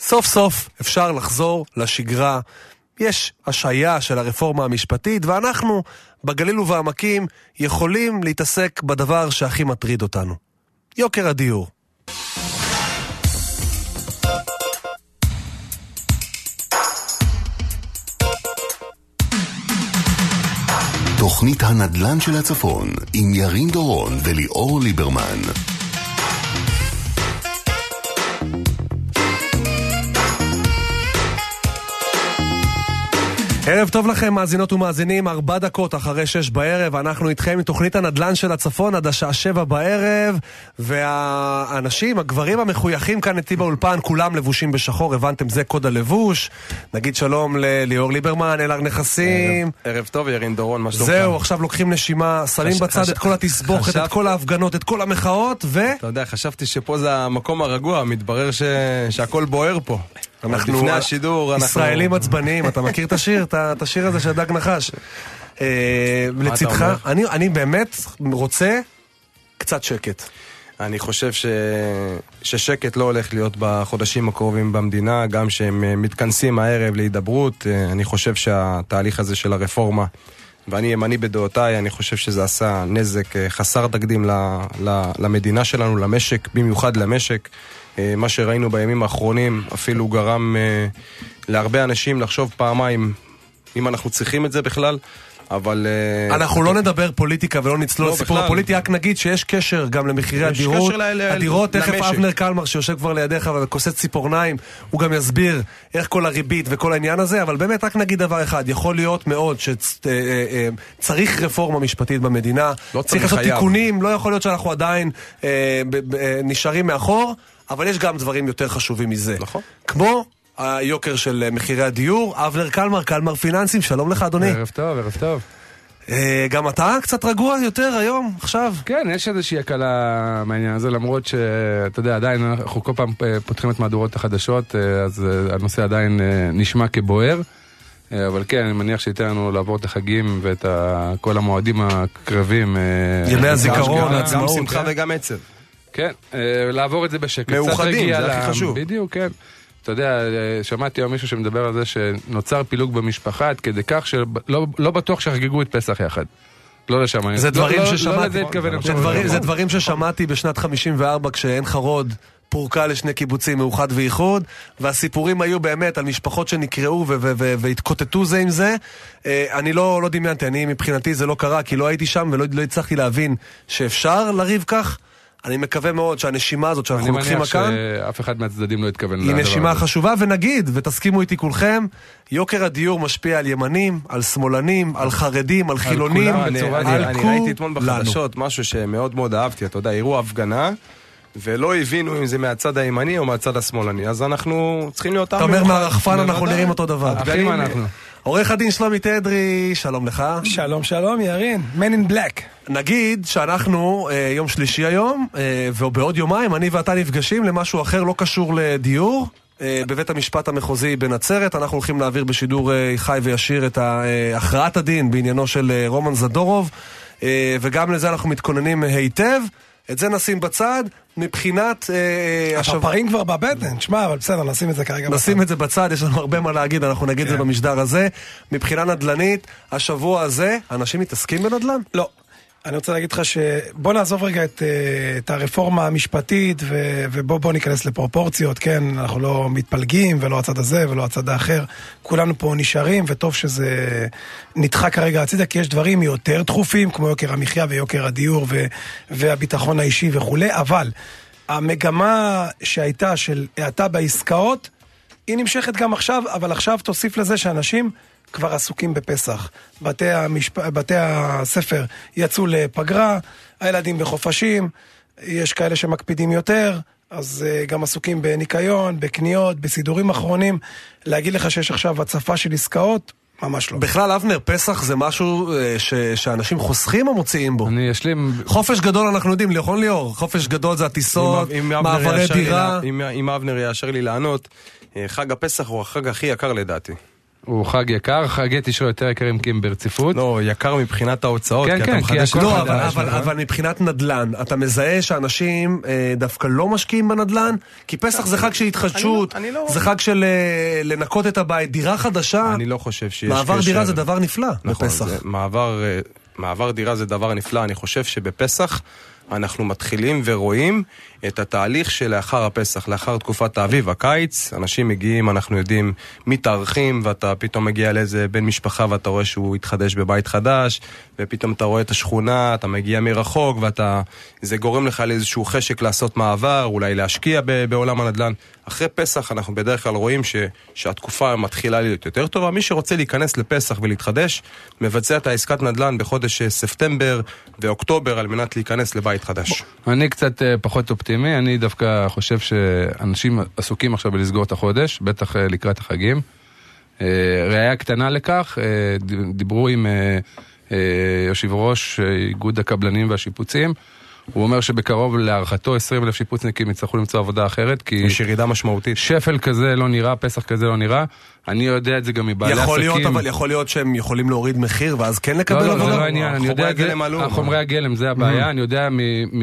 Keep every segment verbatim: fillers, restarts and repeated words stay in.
סוף סוף אפשר לחזור לשגרה. יש השעיה של הרפורמה המשפטית, ואנחנו בגליל ובעמקים יכולים להתעסק בדבר שהכי מטריד אותנו. יוקר הדיור. תוכנית הנדל"ן של הצפון עם ירין דורון וליאור ליברמן. ערב טוב לכם מאזינות ומאזינים, ארבע דקות אחרי שש בערב, אנחנו איתכם עם תוכנית הנדל"ן של הצפון עד השעה שבע בערב, והאנשים, הגברים המחויכים כאן איתי באולפן, כולם לבושים בשחור, הבנתם, זה קוד הלבוש. נגיד שלום לליאור ליברמן, אלער נכסים. ערב, ערב טוב ירין דורון, מה שלומך? זהו, עכשיו לוקחים נשימה, שמים חש, בצד חש, את כל התסבוכת, חשב... את כל ההפגנות, את כל המחאות, ו... אתה יודע, חשבתי שפה זה המקום הרגוע, מתברר ש... שהכל בוער פה. אנחנו לפני השידור, ישראלים עצבניים, אתה מכיר את השיר, את השיר הזה של דג נחש. לצדך, אני, אני באמת רוצה קצת שקט. אני חושב ש... ששקט לא הולך להיות בחודשים הקרובים במדינה, גם שהם מתכנסים הערב להידברות. אני חושב שהתהליך הזה של הרפורמה, ואני ימני בדעותיי, אני חושב שזה עשה נזק חסר תקדים ל... ל... למדינה שלנו, למשק, במיוחד למשק. מה שראינו בימים האחרונים אפילו גרם להרבה אנשים לחשוב פעמיים אם אנחנו צריכים את זה בכלל, אבל... אנחנו לא נדבר פוליטיקה ולא נצלול לסיפור הפוליטי, רק נגיד שיש קשר גם למחירי הדירות. הדירות, תכף אבנר קלמר שיושב כבר לידיך וכוסת ציפורניים, הוא גם יסביר איך כל הריבית וכל העניין הזה, אבל באמת רק נגיד דבר אחד, יכול להיות מאוד שצריך רפורמה משפטית במדינה, צריך לעשות תיקונים, לא יכול להיות שאנחנו עדיין נשארים מאחור, אבל יש גם דברים יותר חשובים מזה. נכון. כמו היוקר של מחירי הדיור. אבנר קלמר, קלמר פיננסים, שלום לך אדוני. ערב טוב, ערב טוב. גם אתה קצת רגוע יותר היום, עכשיו? כן, יש איזושהי הקלה מהעניין הזה, למרות שאתה יודע, עדיין אנחנו כל פעם פותחים את מהדורות החדשות, אז הנושא עדיין נשמע כבוער, אבל כן, אני מניח שייתן לנו לעבור את החגים ואת כל המועדים הקרבים. ימי הזיכרון, גם שמחה וגם עצב. כן, לעבור את זה בשקט. מאוחדים, זה הכי חשוב. בדיוק, כן. אתה יודע, שמעתי היום מישהו שמדבר על זה שנוצר פילוג במשפחה עד כדי כך שלא לא בטוח שחגגו את פסח יחד. לא לשם. זה דברים לא, ששמעתי. לא, לא זה דברים, זה דברים ששמעתי בשנת חמישים וארבע כשאין חרוד פורקה לשני קיבוצים מאוחד ואיחוד, והסיפורים היו באמת על משפחות שנקראו והתקוטטו זה עם זה. אני לא, לא דמיינתי, אני מבחינתי זה לא קרה, כי לא הייתי שם ולא לא הצלחתי להבין שאפשר לריב כך. אני מקווה מאוד שהנשימה הזאת שאנחנו לוקחים מכאן, אני מניח שאף אחד מהצדדים לא התכוון היא נשימה חשובה, ונגיד, ותסכימו איתי כולכם, יוקר הדיור משפיע על ימנים, על שמאלנים, על חרדים, על חילונים, על כולנו. אני ראיתי אתמול בחדשות משהו שמאוד מאוד אהבתי, אתה יודע, הראו הפגנה, ולא הבינו אם זה מהצד הימני או מהצד השמאלני, אז אנחנו צריכים להיות... אתה אומר מהרחפן אנחנו נראים אותו דבר. אחים אנחנו. עורך הדין שלומי תדרי, שלום לך. שלום שלום ירין, Man in Black. נגיד שאנחנו אה, יום שלישי היום, אה, ובעוד יומיים אני ואתה נפגשים למשהו אחר לא קשור לדיור, אה, בבית המשפט המחוזי בנצרת. אנחנו הולכים להעביר בשידור אה, חי וישיר את הכרעת הדין בעניינו של אה, רומן זדורוב, אה, וגם לזה אנחנו מתכוננים היטב. את זה נשים בצד, מבחינת... הפרפרים כבר בבטן, שמע, אבל בסדר, נשים את זה כרגע בצד. נשים את זה בצד, יש לנו הרבה מה להגיד, אנחנו נגיד את זה במשדר הזה. מבחינה נדל"נית, השבוע הזה, אנשים מתעסקים בנדל"ן? לא. אני רוצה להגיד לך שבוא נעזוב רגע את, את הרפורמה המשפטית ו, ובוא בוא ניכנס לפרופורציות, כן, אנחנו לא מתפלגים ולא הצד הזה ולא הצד האחר, כולנו פה נשארים וטוב שזה נדחה כרגע הצידה, כי יש דברים יותר דחופים כמו יוקר המחיה ויוקר הדיור ו, והביטחון האישי וכו', אבל המגמה שהייתה של האטה בעסקאות היא נמשכת גם עכשיו, אבל עכשיו תוסיף לזה שאנשים כבר עסוקים בפסח. בתי, המשפ... בתי הספר יצאו לפגרה, הילדים בחופשים, יש כאלה שמקפידים יותר, אז uh, גם עסוקים בניקיון, בקניות, בסידורים אחרונים. להגיד לך שיש עכשיו הצפה של עסקאות? ממש לא. בכלל, אבנר, פסח זה משהו ש... שאנשים חוסכים או מוציאים בו? אני אשלים... חופש גדול אנחנו יודעים, ליאור ליאור. חופש גדול זה הטיסות, מעברי דירה. אם, אם אבנר יאשר לי לענות, חג הפסח הוא החג הכי יקר לדעתי. הוא חג יקר, חגי תשרו יותר יקרים כי הם ברציפות. לא, יקר מבחינת ההוצאות, כן, כי כן, אתה מחדש... לא, אבל, אבל, אבל מבחינת נדל"ן, אתה מזהה שאנשים אה, דווקא לא משקיעים בנדל"ן? כי פסח זה חג של התחדשות, אני לא, אני לא... זה חג של אה, לנקות את הבית, דירה חדשה. אני לא חושב שיש מעבר קשר... דירה זה דבר נפלא, נכון, בפסח. זה, מעבר, מעבר דירה זה דבר נפלא, אני חושב שבפסח... אנחנו מתחילים ורואים את התהליך שלאחר הפסח, לאחר תקופת האביב, הקיץ, אנשים מגיעים, אנחנו יודעים, מתארחים, ואתה פתאום מגיע לאיזה בן משפחה, ואתה רואה שהוא התחדש בבית חדש, ופתאום אתה רואה את השכונה, אתה מגיע מרחוק, ואתה, זה גורם לך לאיזשהו חשק לעשות מעבר, אולי להשקיע בעולם הנדל"ן. אחרי פסח אנחנו בדרך כלל רואים ש, שהתקופה מתחילה להיות יותר טובה. מי שרוצה להיכנס לפסח ולהתחדש, מבצע את העסקת נדל"ן בחודש ספטמבר ואוקטובר על מנת להיכנס לבית חדש. אני קצת פחות אופטימי, אני דווקא חושב שאנשים עסוקים עכשיו בלסגור את החודש, בטח לקראת החגים. ראיה קטנה לכך, דיברו עם יושב ראש איגוד הקבלנים והשיפוצים, הוא אומר שבקרוב להערכתו עשרים אלף שיפוצניקים יצטרכו למצוא עבודה אחרת, כי יש ירידה משמעותית. שפל כזה לא נראה, פסח כזה לא נראה. אני יודע את זה גם מבעלי עסקים. יכול להיות, אבל יכול להיות שהם יכולים להוריד מחיר, ואז כן לקבל עבודה. לא, לא, זה לא העניין. אני יודע את זה, חומרי הגלם, זה הבעיה. אני יודע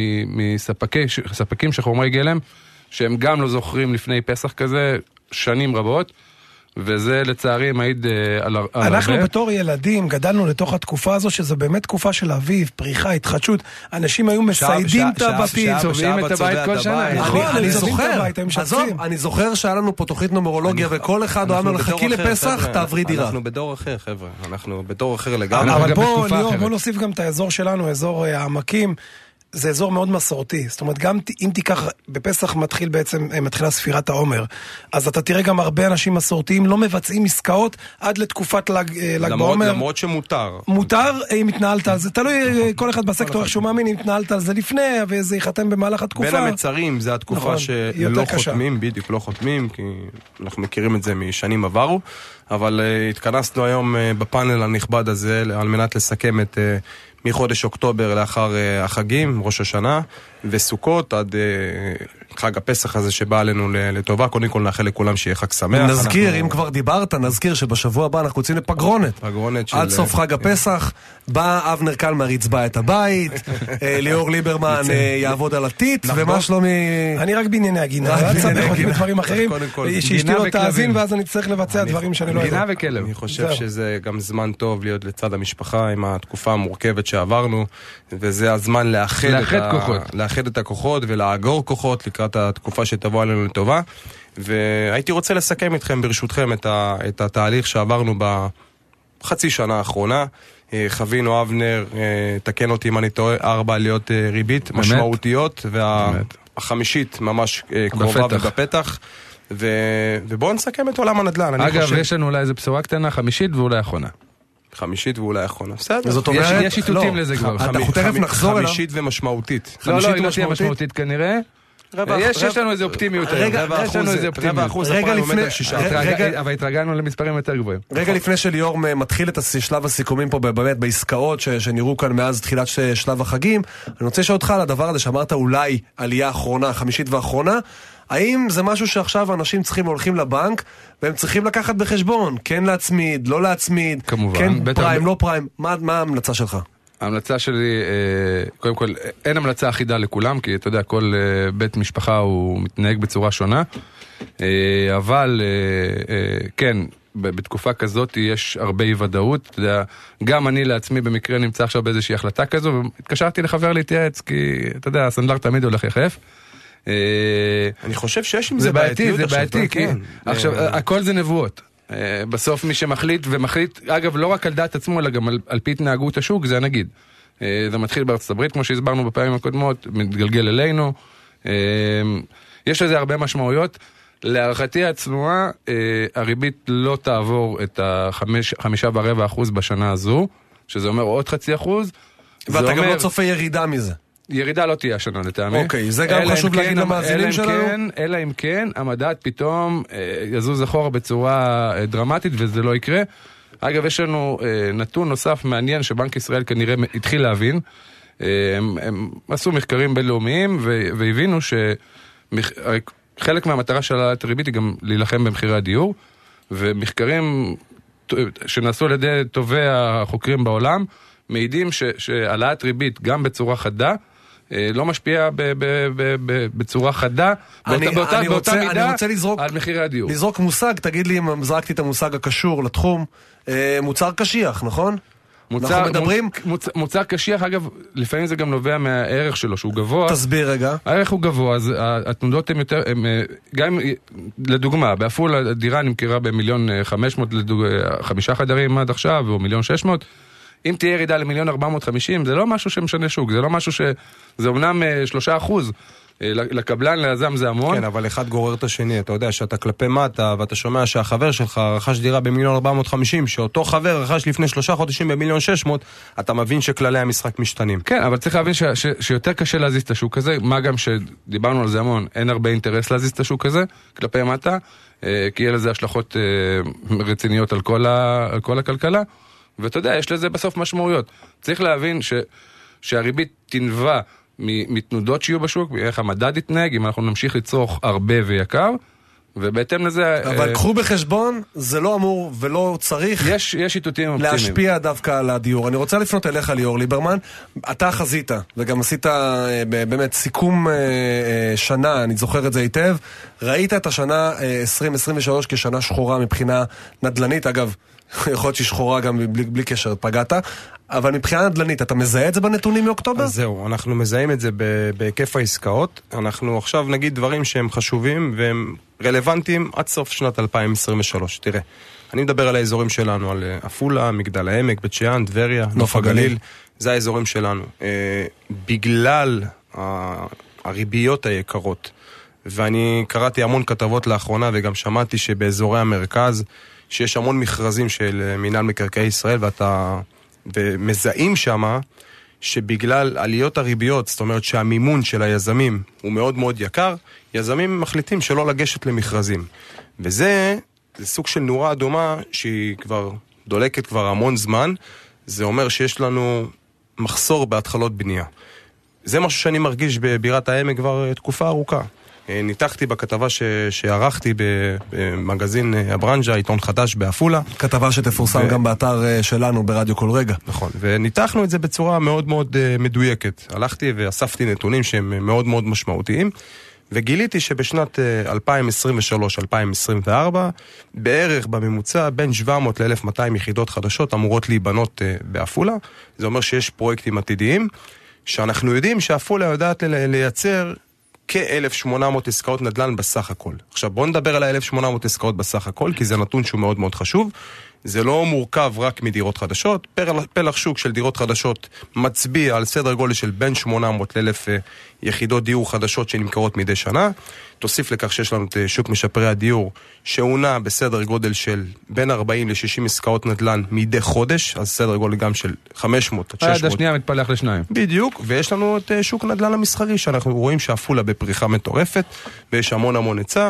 מספקים של חומרי גלם, שהם גם לא זוכרים לפני פסח כזה, שנים רבות. וזה לצערי מעיד על הרבה. אנחנו בתור ילדים גדלנו לתוך התקופה הזו, שזו באמת תקופה של אביב, פריחה, התחדשות. אנשים היו מסיידים את הבתים, צובעים את הבית כל שנה. אני זוכר, עזוב, אני זוכר שהיה לנו פה תוכנית נומרולוגיה, וכל אחד אומר לך, חכי לפסח, תעברי דירה. אנחנו בדור אחר, חבר'ה. אנחנו בדור אחר לגמרי. אבל בוא, ליאור, בוא נוסיף גם את האזור שלנו, אזור העמקים. זה אזור מאוד מסורתי, זאת אומרת, גם אם תיקח, בפסח מתחיל בעצם, מתחילה ספירת העומר, אז אתה תראה גם הרבה אנשים מסורתיים לא מבצעים עסקאות עד לתקופת לג, לג בעומר. למרות שמותר. מותר, אם התנהלת על זה, תלוי כל אחד בסקטור איך שהוא מאמין, אם התנהלת על זה לפני, וזה ייחתם במהלך התקופה. בין המצרים, זה התקופה נכון, שלא חותמים, בדיוק לא חותמים, כי אנחנו מכירים את זה משנים עברו, אבל uh, התכנסנו היום uh, בפאנל הנכבד הזה, על מנת לסכם את... Uh, מחודש אוקטובר לאחר uh, החגים, ראש השנה, וסוכות עד uh, חג הפסח הזה שבא עלינו לטובה. קודם כל נאחל לכולם שיהיה חג שמח. נזכיר, אנחנו... אם כבר דיברת, נזכיר שבשבוע הבא אנחנו יוצאים לפגרונת. פגרונת של... עד סוף חג הפסח, בא אבנר קלמר יצבע את הבית, ליאור ליברמן יעבוד על הטיט, ומה שלומי... אני רק בענייני הגינה, אני צריך עוד דברים אחרים, שאשתי לא תאזין, ואז אני צריך לבצע דברים שאני לא... גינה וכלב. אני חושב שזה גם זמן טוב להיות לצד המשפחה עם התקופה המורכבת שעברנו, וזה הזמן לאחד לאחד את הכוחות ולאגור כוחות לקראת התקופה שתבוא עלינו לטובה. והייתי רוצה לסכם איתכם ברשותכם את, ה, את התהליך שעברנו בחצי שנה האחרונה. חווינו, אבנר, תקן אותי אם אני טועה, ארבע עליות ריבית באמת? משמעותיות, והחמישית ממש קרובה ובפתח. ו... ובואו נסכם את עולם הנדל"ן. אגב, חושב... יש לנו אולי איזה בשורה קטנה, חמישית ואולי אחרונה. חמישית ואולי אחרונה. בסדר. זאת אומרת, יש שיטוטים לזה כבר. אנחנו תכף נחזור אליו. חמישית ומשמעותית. לא, לא, היא לא תהיה משמעותית כנראה. יש לנו איזה אופטימיות. רגע, יש לנו איזה אופטימיות. רגע לפני... אבל התרגלנו למספרים יותר גבוהים. רגע לפני שליאור מתחיל את שלב הסיכומים פה באמת בעסקאות שנראו כאן מאז תחילת שלב החגים, אני רוצה לשאול אותך על הדבר הזה שאמרת אולי עלייה אחרונה, חמישית ואחרונה. האם זה משהו שעכשיו אנשים צריכים הולכים לבנק והם צריכים לקחת בחשבון, כן להצמיד, לא להצמיד, כמובן, כן פריים, לא פריים, מה, מה ההמלצה שלך? ההמלצה שלי, קודם כל, אין המלצה אחידה לכולם, כי אתה יודע, כל בית משפחה הוא מתנהג בצורה שונה, אבל כן, בתקופה כזאת יש הרבה אי ודאות, אתה יודע, גם אני לעצמי במקרה נמצא עכשיו באיזושהי החלטה כזו, והתקשרתי לחבר להתייעץ, כי אתה יודע, הסנדלר תמיד הולך יחף, אני חושב שיש עם זה בעייתי, זה בעייתי, כי עכשיו, הכל זה נבואות. בסוף מי שמחליט ומחליט, אגב, לא רק על דעת עצמו, אלא גם על, על פי התנהגות השוק, זה הנגיד. זה מתחיל בארצות הברית, כמו שהסברנו בפעמים הקודמות, מתגלגל אלינו. יש לזה הרבה משמעויות. להערכתי הצנועה, הריבית לא תעבור את החמישה ורבע אחוז בשנה הזו, שזה אומר עוד חצי אחוז. ואתה גם לא צופה ירידה מזה. ירידה לא תהיה השנה לטעמי. אוקיי, זה גם חשוב להגיד למאזינים שלנו. אלא אם כן, המדד פתאום יזוז אחורה בצורה דרמטית, וזה לא יקרה. אגב, יש לנו נתון נוסף מעניין שבנק ישראל כנראה התחיל להבין. הם עשו מחקרים בינלאומיים והבינו שחלק מהמטרה של הריבית היא גם להילחם במחירי הדיור, ומחקרים שנעשו על ידי טובי החוקרים בעולם, מעידים שהעלאת ריבית גם בצורה חדה, לא משפיע בצורה חדה, באותה מידה על מחירי הדיור. לזרוק מושג, תגיד לי אם זרקתי את המושג הקשור לתחום, מוצר קשיח, נכון? מוצר, מדברים... מוצ... מוצר קשיח, אגב, לפעמים זה גם נובע מהערך שלו, שהוא גבוה. תסביר רגע. הערך הוא גבוה, אז התנודות הן יותר, הם, גם לדוגמה, באפולה הדירה נמכרה במיליון חמש מאות, לדוג... חמישה חדרים עד עכשיו, או מיליון שש מאות, אם תהיה ירידה למיליון ארבע מאות וחמישים, זה לא משהו שמשנה שוק, זה לא משהו ש... זה אומנם שלושה אחוז, לקבלן, ליזם זה המון. כן, אבל אחד גורר את השני, אתה יודע שאתה כלפי מטה, ואתה שומע שהחבר שלך רכש דירה במיליון ארבע מאות וחמישים, שאותו חבר רכש לפני שלושה חודשים במיליון שש מאות, אתה מבין שכללי המשחק משתנים. כן, אבל צריך להבין ש- ש- שיותר קשה להזיז את השוק הזה, מה גם שדיברנו על זה המון, אין הרבה אינטרס להזיז את השוק הזה, כלפי מטה, כי יהיה לזה השלכות רציניות על כל, ה- על כל הכלכלה, ואתה יודע, יש לזה בסוף משמעויות. צריך להבין ש- שהריבית תנבע מתנודות שיהיו בשוק, איך המדד יתנהג, אם אנחנו נמשיך לצרוך הרבה ויקר, ובהתאם לזה... אבל קחו בחשבון, זה לא אמור ולא צריך יש, יש שיטוטים אופטימיים. להשפיע דווקא על הדיור. אני רוצה לפנות אליך, ליאור ליברמן, אתה חזית, וגם עשית באמת סיכום שנה, אני זוכר את זה היטב, ראית את השנה עשרים עשרים ושלוש כשנה שחורה מבחינה נדלנית, אגב, יכול להיות שהיא שחורה גם בלי, בלי קשר, פגעת, אבל מבחינה נדלנית, אתה מזהה את זה בנתונים מאוקטובר? אז זהו, אנחנו מזהים את זה בהיקף העסקאות. אנחנו עכשיו נגיד דברים שהם חשובים והם רלוונטיים עד סוף שנת אלפיים עשרים ושלוש. תראה, אני מדבר על האזורים שלנו, על אפולה, מגדל העמק, בית שאן, טבריה, נוף הגליל. זה האזורים שלנו. בגלל הריביות היקרות, ואני קראתי המון כתבות לאחרונה וגם שמעתי שבאזורי המרכז שיש המון מכרזים של מינהל מקרקעי ישראל, ואתה ומזהים שמה שבגלל עליות הריביות, זאת אומרת שהמימון של היזמים הוא מאוד מאוד יקר, יזמים מחליטים שלא לגשת למכרזים. וזה זה סוג של נורה אדומה שהיא כבר דולקת כבר המון זמן. זה אומר שיש לנו מחסור בהתחלות בנייה. זה משהו שאני מרגיש בבירת העמק כבר תקופה ארוכה. ניתחתי בכתבה ש... שערכתי במגזין הברנז'ה, עיתון חדש באפולה. כתבה שתפורסם ו... גם באתר שלנו ברדיו כל רגע. נכון, וניתחנו את זה בצורה מאוד מאוד מדויקת. הלכתי ואספתי נתונים שהם מאוד מאוד משמעותיים, וגיליתי שבשנת אלפיים עשרים ושלוש אלפיים עשרים וארבע, בערך בממוצע בין שבע מאות ל-אלף ומאתיים יחידות חדשות אמורות להיבנות באפולה. זה אומר שיש פרויקטים עתידיים, שאנחנו יודעים שאפולה יודעת לייצר כ-אלף ושמונה מאות עסקאות נדל"ן בסך הכל. עכשיו בואו נדבר על ה-אלף ושמונה מאות עסקאות בסך הכל, כי זה נתון שהוא מאוד מאוד חשוב. זה לא מורכב רק מדירות חדשות. פלח שוק של דירות חדשות מצביע על סדר גודל של בין שמונה מאות ל-אלף יחידות דיור חדשות שנמכרות מדי שנה. תוסיף לכך שיש לנו את שוק משפרי הדיור, שעונה בסדר גודל של בין ארבעים ל-שישים עסקאות נדל"ן מדי חודש, אז סדר גודל גם של חמש מאות עד שש מאות. היד השנייה מתפלח לשניים. בדיוק, ויש לנו את שוק נדל"ן המסחרי, שאנחנו רואים שאפולה בפריחה מטורפת, ויש המון המון היצע,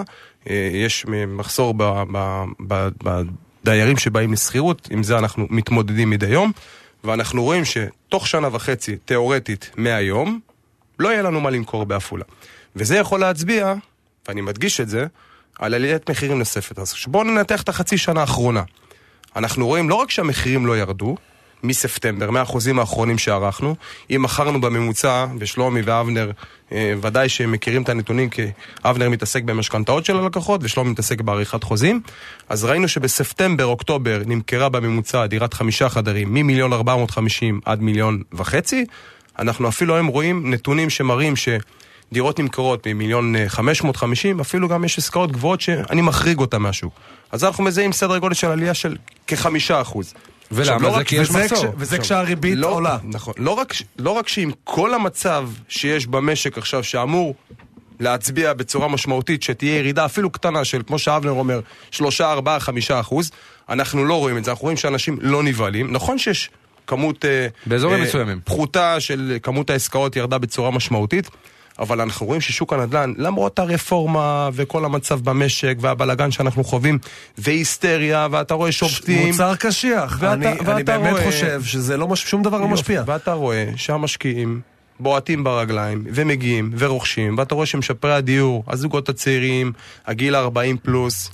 יש מחסור ב... ב, ב, ב דיירים שבאים לסחירות, עם זה אנחנו מתמודדים מדי יום, ואנחנו רואים שתוך שנה וחצי, תיאורטית, מהיום, לא יהיה לנו מה למכור באפולה. וזה יכול להצביע, ואני מדגיש את זה, על עליית מחירים נוספת. אז בואו ננתח את החצי שנה האחרונה. אנחנו רואים לא רק שהמחירים לא ירדו, מספטמבר, מהאחוזים האחרונים שערכנו, אם מכרנו בממוצע, ושלומי ואבנר, אה, ודאי שהם מכירים את הנתונים, כי אבנר מתעסק במשכנתאות של הלקוחות, ושלומי מתעסק בעריכת חוזים, אז ראינו שבספטמבר, אוקטובר, נמכרה בממוצע דירת חמישה חדרים, ממיליון ארבע מאות וחמישים עד מיליון וחצי, אנחנו אפילו היום רואים נתונים שמראים שדירות נמכרות ממיליון חמש מאות וחמישים, אפילו גם יש עסקאות גבוהות שאני מחריג אותה משהו. אז אנחנו מזהים סדר גודל של עלייה של כחמישה אחוז. ולמה? זה כי יש מחסור. וזה כשהריבית עולה. נכון. לא רק שעם כל המצב שיש במשק עכשיו, שאמור להצביע בצורה משמעותית, שתהיה ירידה אפילו קטנה של, כמו שאבנר אומר, שלושה, ארבעה, חמישה אחוז, אנחנו לא רואים את זה. אנחנו רואים שאנשים לא נבהלים. נכון שיש כמות באזורים מסוימים. פחותה של כמות העסקאות ירדה בצורה משמעותית, אבל אנחנו רואים ששוק הנדל"ן, למרות הרפורמה וכל המצב במשק והבלגן שאנחנו חווים, והיסטריה, ואתה רואה שופטים. מוצר קשיח. ואתה, אני, ואתה אני באמת רואה, חושב שזה לא, שום דבר לא משפיע. ואתה רואה שהמשקיעים בועטים ברגליים, ומגיעים, ורוכשים, ואתה רואה שמשפרי הדיור, הזוגות הצעירים, הגיל ארבעים פלוס,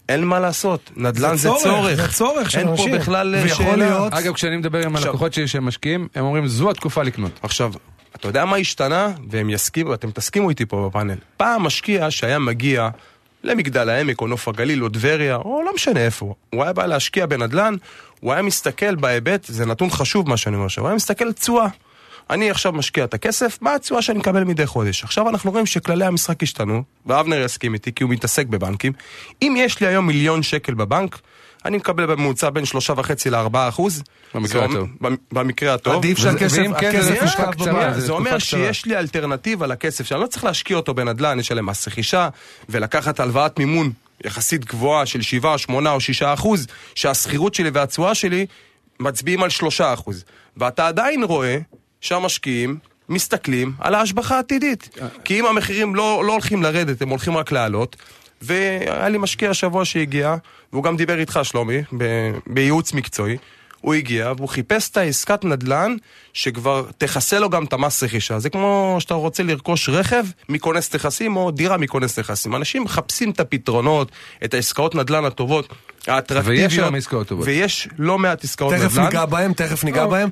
אין מה לעשות, נדל"ן זה צורך. זה צורך של אנשים. אין פה בכלל שאלה. אגב, כשאני מדבר עם הלקוחות שלי שהם משקיעים, הם אומרים, זו התקופה לקנות. עכשיו, אתה יודע מה השתנה? והם יסכימו, אתם תסכימו איתי פה בפאנל. פעם משקיע שהיה מגיע למגדל העמק, או נוף הגליל, או דבריה, או לא משנה איפה. הוא היה בא להשקיע בנדל"ן, הוא היה מסתכל בהיבט, זה נתון חשוב מה שאני אומר עכשיו, הוא היה מסתכל על תשואה. אני עכשיו משקיע את הכסף, מה התשואה שאני מקבל מדי חודש? עכשיו אנחנו רואים שכללי המשחק השתנו, ואבנר יסכים איתי, כי הוא מתעסק בבנקים. אם יש לי היום מיליון שקל בבנק, אני מקבל בממוצע בין שלושה וחצי לארבעה אחוז. במקרה הטוב. במקרה הטוב. עדיף שהכסף תקופה קצרה. זה אומר שיש לי אלטרנטיבה לכסף, שאני לא צריך להשקיע אותו בנדל"ן, יש עליהם מס רכישה, ולקחת הלוואת מימון יחסית גבוהה של שבעה, שמונה או שישה אחוז, שהסחירות שלי והתשואה שלי מצביעים על שלושה אחוז. ואתה עדיין רואה שהמשקיעים מסתכלים על ההשבחה העתידית. כי אם המחירים לא, לא הולכים לרדת, הם הולכים רק לעלות. והיה לי משקיע השבוע שהגיע, והוא גם דיבר איתך שלומי, ב- בייעוץ מקצועי, הוא הגיע והוא חיפש את העסקת נדל"ן שכבר תחסה לו גם את המס רכישה. זה כמו שאתה רוצה לרכוש רכב מכונס נכסים או דירה מכונס נכסים. אנשים מחפשים את הפתרונות, את העסקאות נדל"ן הטובות, האטרקטיביות. ויש להם עסקאות טובות. ויש לא מעט עסקאות נדל"ן. תכף ניגע בהם, תכף ניגע בהם.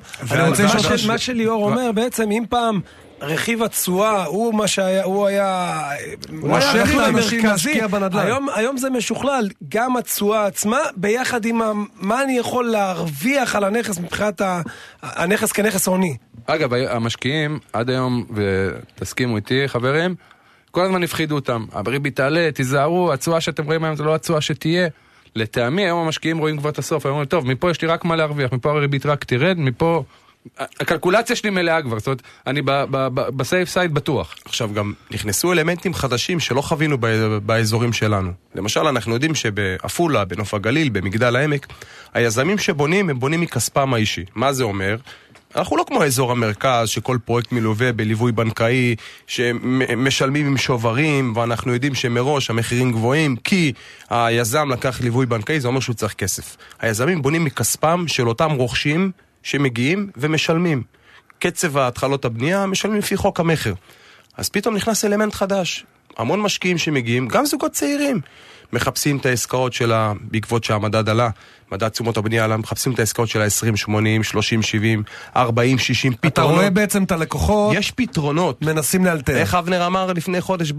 מה שליאור אומר בעצם, אם פעם רכיב התשואה הוא מה שהיה, הוא היה הרכיב המרכזי, היום, היום זה משוכלל, גם התשואה עצמה, ביחד עם מה אני יכול להרוויח על הנכס מבחינת הנכס כנכס עוני. אגב, המשקיעים עד היום, ותסכימו איתי חברים, כל הזמן הפחידו אותם, הריבית תעלה, תיזהרו, התשואה שאתם רואים היום זה לא התשואה שתהיה. לטעמי, היום המשקיעים רואים כבר את הסוף, הם אומרים, טוב, מפה יש לי רק מה להרוויח, מפה הריבית רק תרד, מפה הקלקולציה שלי מלאה כבר, זאת אומרת, אני בסייף סייד בטוח. עכשיו גם נכנסו אלמנטים חדשים שלא חווינו באזורים שלנו. למשל, אנחנו יודעים שבאפולה, בנוף הגליל, במגדל העמק, היזמים שבונים, הם בונים מכספם האישי. מה זה אומר? אנחנו לא כמו אזור המרכז, שכל פרויקט מלווה בליווי בנקאי, שמשלמים עם שוברים, ואנחנו יודעים שמראש המחירים גבוהים, כי היזם לקח ליווי בנקאי, זה אומר שהוא צריך כסף. היזמים בונים מכספם של אותם רוכשים שמגיעים ומשלמים. קצב ההתחלות הבנייה משלמים לפי חוק המחר. אז פתאום נכנס אלמנט חדש. המון משקיעים שמגיעים, גם זוגות צעירים, מחפשים את העסקאות שלה, בעקבות שהמדד עלה, מדד תשומות הבנייה עלה, מחפשים את העסקאות של ה-עשרים שמונים, שלושים שבעים, ארבעים שישים, פתרונות. אתה רואה בעצם את הלקוחות, יש פתרונות. מנסים לאלתר. איך אבנר אמר לפני חודש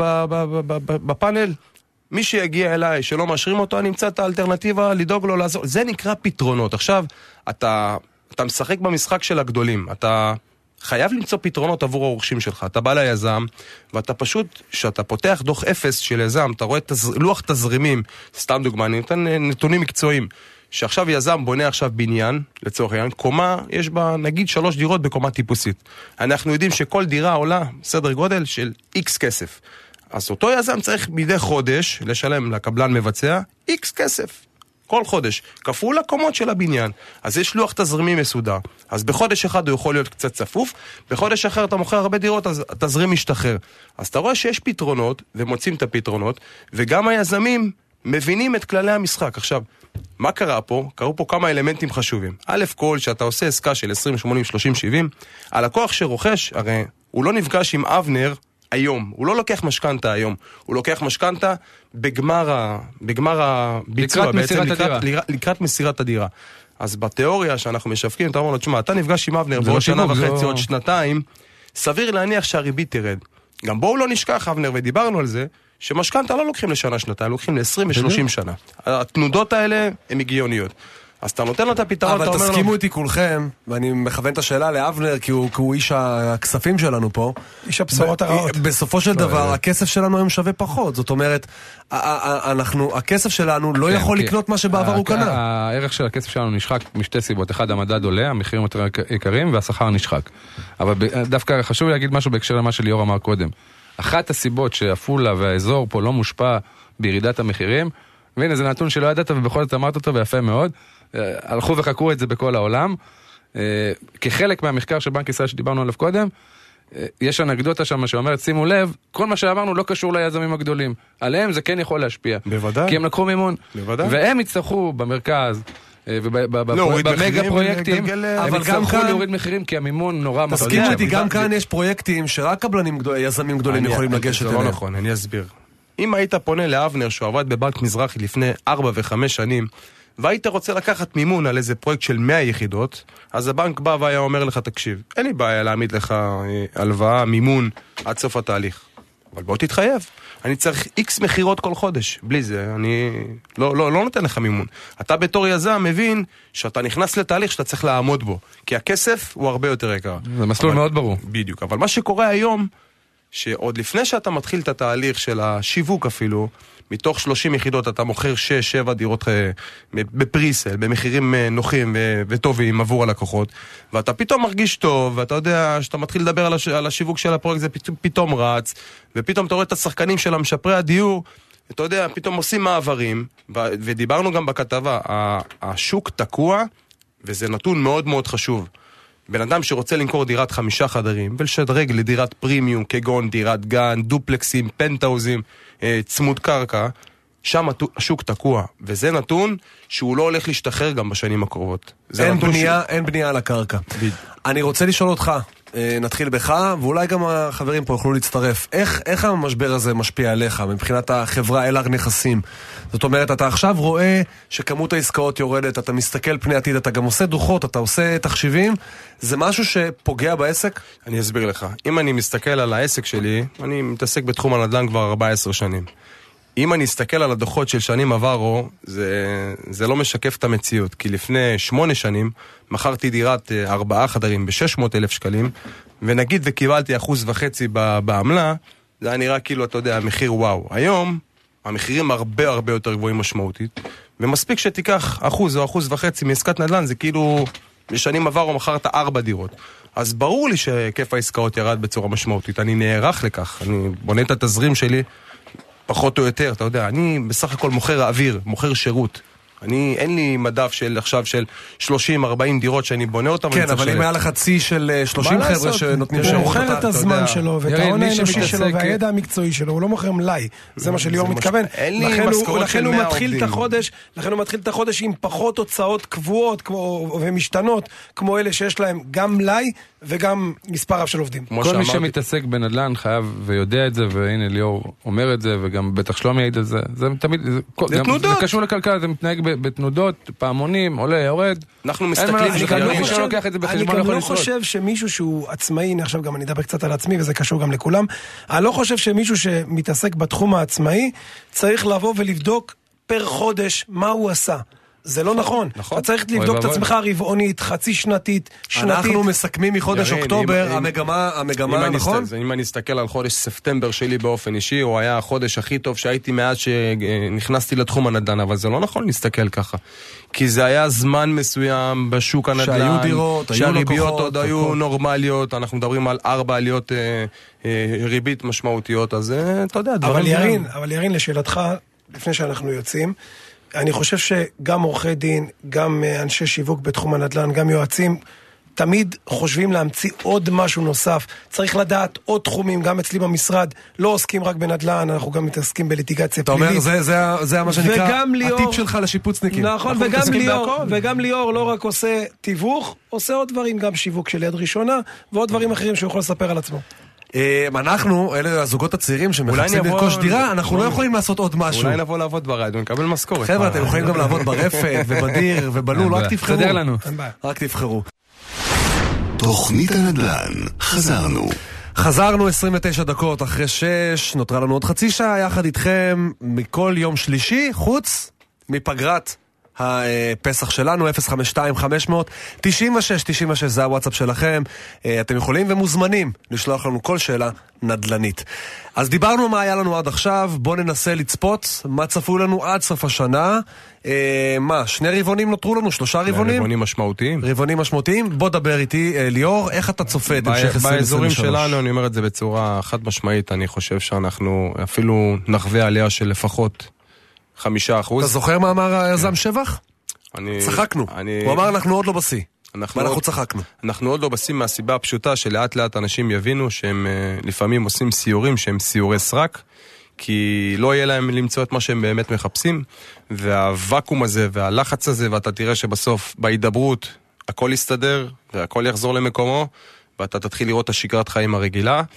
בפאנל? מי שיגיע אליי, שלא מאשרים אותו, אני אמצא את האלטרנטיבה, לדאוג לו לעזור. זה נקרא פתרונות. עכשיו, אתה, אתה משחק במשחק של הגדולים. אתה חייב למצוא פתרונות עבור הרוכשים שלך. אתה בא ליזם, ואתה פשוט, שאתה פותח דוח אפס של יזם, אתה רואה תז... לוח תזרימים, סתם דוגמה, אני נותן נתונים מקצועיים, שעכשיו יזם בונה עכשיו בניין, לצורך העניין, קומה, יש בה נגיד שלוש דירות בקומה טיפוסית. אנחנו יודעים שכל דירה עולה סדר גודל של X כסף. אז אותו יזם צריך מדי חודש לשלם לקבלן מבצע X כסף. כל חודש, כפול הקומות של הבניין. אז יש לוח תזרימי מסודר. אז בחודש אחד הוא יכול להיות קצת צפוף, בחודש אחר אתה מוכר הרבה דירות, אז התזרים משתחרר. אז אתה רואה שיש פתרונות, ומוצאים את הפתרונות, וגם היזמים מבינים את כללי המשחק. עכשיו, מה קרה פה? קראו פה כמה אלמנטים חשובים. א' כל, שאתה עושה עסקה של עשרים, שמונים, שלושים, שבעים, הלקוח שרוכש, הרי הוא לא נפגש עם אבנר היום, הוא לא לוקח משכנתה היום, הוא לוקח משכנתה בגמר, ה... בגמר הביצוע, לקראת בעצם מסירת לקראת, הדירה. לקראת מסירת הדירה. אז בתיאוריה שאנחנו משווקים, אתה אומר לו, תשמע, אתה נפגש עם אבנר בעוד שנה וחצי, עוד שנתיים, סביר להניח שהריבית תרד. גם בואו לא נשכח, אבנר, ודיברנו על זה, שמשכנתה לא לוקחים לשנה שנתיים, לוקחים ל-עשרים ושלושים שנה. התנודות האלה הן הגיוניות. אז אתה נותן לו את הפתרון, אתה אומר לו... אבל תסכימו איתי כולכם, ואני מכוון את השאלה לאבנר, כי הוא, כי הוא איש הכספים שלנו פה. איש הבשורות הרעות. בסופו של דבר, הכסף שלנו היום שווה פחות. זאת אומרת, אנחנו, הכסף שלנו לא יכול לקנות מה שבעבר הוא קנה. הערך של הכסף שלנו נשחק משתי סיבות. אחד, המדד עולה, המחירים יותר יקרים, והשכר נשחק. אבל דווקא חשוב להגיד משהו בהקשר למה שליאור אמר קודם. אחת הסיבות שאפולה והאזור פה לא מושפע בירידת המחירים, והנה זה נתון שלא ידעת ובכל זאת אמרת אותו ויפה מאוד, הלכו וחקרו את זה בכל העולם, כחלק מהמחקר של בנק ישראל שדיברנו עליו קודם, יש אנקדוטה שם שאומרת, שימו לב, כל מה שאמרנו לא קשור ליזמים הגדולים, עליהם זה כן יכול להשפיע, בוודאי. כי הם לקחו מימון, בוודאי. והם יצטרכו במרכז, ובמגה פרויקטים, הם יצטרכו להוריד מחירים, כי המימון נורא מפריע. תסכימו איתי, גם כאן יש פרויקטים שרק קבלנים, יזמים גדולים יכולים לגשת אליהם. זה לא נכון, אני אסביר. אם היית פונה לאבנר שהוא עבד בבנק מזרחי לפני ארבע וחמש שנים, והיית רוצה לקחת מימון על איזה פרויקט של מאה יחידות, אז הבנק בא והיה אומר לך, תקשיב, אין לי בעיה להעמיד לך הלוואה, מימון, עד סוף התהליך. אבל בוא תתחייב. אני צריך איקס מחירות כל חודש. בלי זה, אני לא, לא, לא נותן לך מימון. אתה בתור יזם מבין שאתה נכנס לתהליך שאתה צריך לעמוד בו. כי הכסף הוא הרבה יותר יקר. זה מסלול אבל, מאוד ברור. בדיוק. אבל מה שקורה היום, שעוד לפני שאתה מתחיל את התהליך של השיווק אפילו, מתוך שלושים יחידות אתה מוכר שש שבע דירות בפריסל, במחירים נוחים וטובים עבור הלקוחות, ואתה פתאום מרגיש טוב, ואתה יודע שאתה מתחיל לדבר על השיווק של הפרויקט, זה פתאום רץ, ופתאום אתה רואה את השחקנים של המשפרי הדיור, אתה יודע, פתאום עושים מעברים, ודיברנו גם בכתבה, השוק תקוע, וזה נתון מאוד מאוד חשוב. בן אדם שרוצה למכור דירת חמישה חדרים, ולשדרג לדירת פרימיום, כגון דירת גן, דופלקסים, פנטאוזים, צמוד קרקע, שם השוק תקוע, וזה נתון שהוא לא הולך להשתחרר גם בשנים הקרובות. אין בנייה, אין בנייה על הקרקע. אני רוצה לשאול אותך, נתחיל בך, ואולי גם החברים פה יוכלו להצטרף. איך, איך המשבר הזה משפיע עליך, מבחינת החברה אל הנכסים? זאת אומרת, אתה עכשיו רואה שכמות העסקאות יורדת, אתה מסתכל פני עתיד, אתה גם עושה דוחות, אתה עושה תחשיבים, זה משהו שפוגע בעסק? אני אסביר לך. אם אני מסתכל על העסק שלי, אני מתעסק בתחום הנדל"ן כבר ארבע עשרה שנים. אם אני אסתכל על הדוחות של שנים עברו, זה, זה לא משקף את המציאות, כי לפני שמונה שנים מכרתי דירת ארבעה חדרים ב-שש מאות אלף שקלים, ונגיד וקיבלתי אחוז וחצי בעמלה, זה היה נראה כאילו, אתה יודע, המחיר וואו. היום, המחירים הרבה הרבה יותר גבוהים משמעותית, ומספיק שתיקח אחוז או אחוז וחצי מעסקת נדל"ן, זה כאילו, בשנים עברו מכרת ארבע דירות. אז ברור לי שהיקף העסקאות ירד בצורה משמעותית, אני נערך לכך, אני בונה את התזרים שלי, פחות או יותר, אתה יודע, אני בסך הכל מוכר האוויר, מוכר שירות. אני, אין לי מדף של עכשיו של שלושים ארבעים דירות שאני בונה אותם. כן, אבל אם היה לך צי של שלושים חבר'ה שנותנים שירות, הוא מוכר את הזמן שלו, ואת ההון האנושי שלו, והידע המקצועי שלו, הוא לא מוכר מלאי. זה מה שליאור מתכוון. לכן הוא מתחיל את החודש, לכן הוא מתחיל את החודש עם פחות הוצאות קבועות ומשתנות, כמו אלה שיש להם גם מלאי וגם מספר רב של עובדים. כל מי שמתעסק בנדל"ן חייב ויודע את זה, והנה ליאור אומר את זה, וגם בטח שלומי יעיד את זה. זה תמיד, זה קשור לכלכלה, זה מתנהג בתנודות, פעמונים, עולה, יורד. אנחנו מסתכלים, אני גם לא חושב שמישהו שהוא עצמאי, עכשיו גם אני אדבר קצת על עצמי, וזה קשור גם לכולם, אני לא חושב שמישהו שמתעסק בתחום העצמאי, צריך לבוא ולבדוק פר חודש מה הוא עשה. זה לא נכון. אתה צריך לבדוק את עצמך רבעונית, חצי שנתית, שנתית. אנחנו מסכמים מחודש אוקטובר, המגמה, המגמה, נכון? אם אני אסתכל על חודש ספטמבר שלי באופן אישי, הוא היה החודש הכי טוב שהייתי מאז שנכנסתי לתחום הנדל"ן, אבל זה לא נכון להסתכל ככה. כי זה היה זמן מסוים בשוק הנדל"ן, שהיו דירות, שהריביות עוד היו נורמליות, אנחנו מדברים על ארבע עליות ריבית משמעותיות, אז אתה יודע, אבל ירין, אבל ירין, לשאלתך, לפני שאנחנו יוצאים, אני חושב שגם עורכי דין, גם אנשי שיווק בתחום הנדל"ן, גם יועצים, תמיד חושבים להמציא עוד משהו נוסף. צריך לדעת עוד תחומים, גם אצלי במשרד, לא עוסקים רק בנדל"ן, אנחנו גם מתעסקים בליטיגציה פלילית. אתה אומר, זה, זה, זה מה שנקרא הטיפ שלך לשיפוצניקים. נכון, וגם ליאור, וגם ליאור לא רק עושה תיווך, עושה עוד דברים, גם שיווק של יד ראשונה, ועוד דברים אחרים שהוא יכול לספר על עצמו. אנחנו, אלה הזוגות הצעירים שמחפשים לרכוש דירה, אנחנו לא יכולים לעשות עוד משהו. אולי נבוא לעבוד ברדיו, נקבל משכורת. חבר'ה, אתם יכולים גם לעבוד ברפת ובדיר ובלול, רק תבחרו. תדע לנו. רק תבחרו. תוכנית הנדל"ן, חזרנו. חזרנו עשרים ותשע דקות אחרי שש, נותרה לנו עוד חצי שעה יחד איתכם מכל יום שלישי, חוץ מפגרת הפסח שלנו, אפס חמש שתיים חמש אפס אפס תשעים ושש תשעים ושש, זה הוואטסאפ שלכם. אתם יכולים ומוזמנים לשלוח לנו כל שאלה נדל"נית. אז דיברנו מה היה לנו עד עכשיו, בואו ננסה לצפות מה צפו לנו עד סוף השנה. מה, שני רבעונים נותרו לנו? שלושה רבעונים? רבעונים משמעותיים. רבעונים משמעותיים. בוא דבר איתי, ליאור, איך אתה צופה את המשך עשרים עשרים ושלוש? באזורים שלנו, אני אומר את זה בצורה חד משמעית, אני חושב שאנחנו אפילו נחווה עלייה של לפחות חמישה אחוז. אתה זוכר מה אמר היזם שבח? צחקנו. הוא אמר אנחנו עוד לא בשיא. ואנחנו צחקנו. אנחנו עוד לא בשיא מהסיבה הפשוטה שלאט לאט אנשים יבינו שהם לפעמים עושים סיורים שהם סיורי סרק, כי לא יהיה להם למצוא את מה שהם באמת מחפשים, והוואקום הזה והלחץ הזה, ואתה תראה שבסוף בהידברות הכל יסתדר והכל יחזור למקומו, ואתה תתחיל לראות את השגרת חיים הרגילה.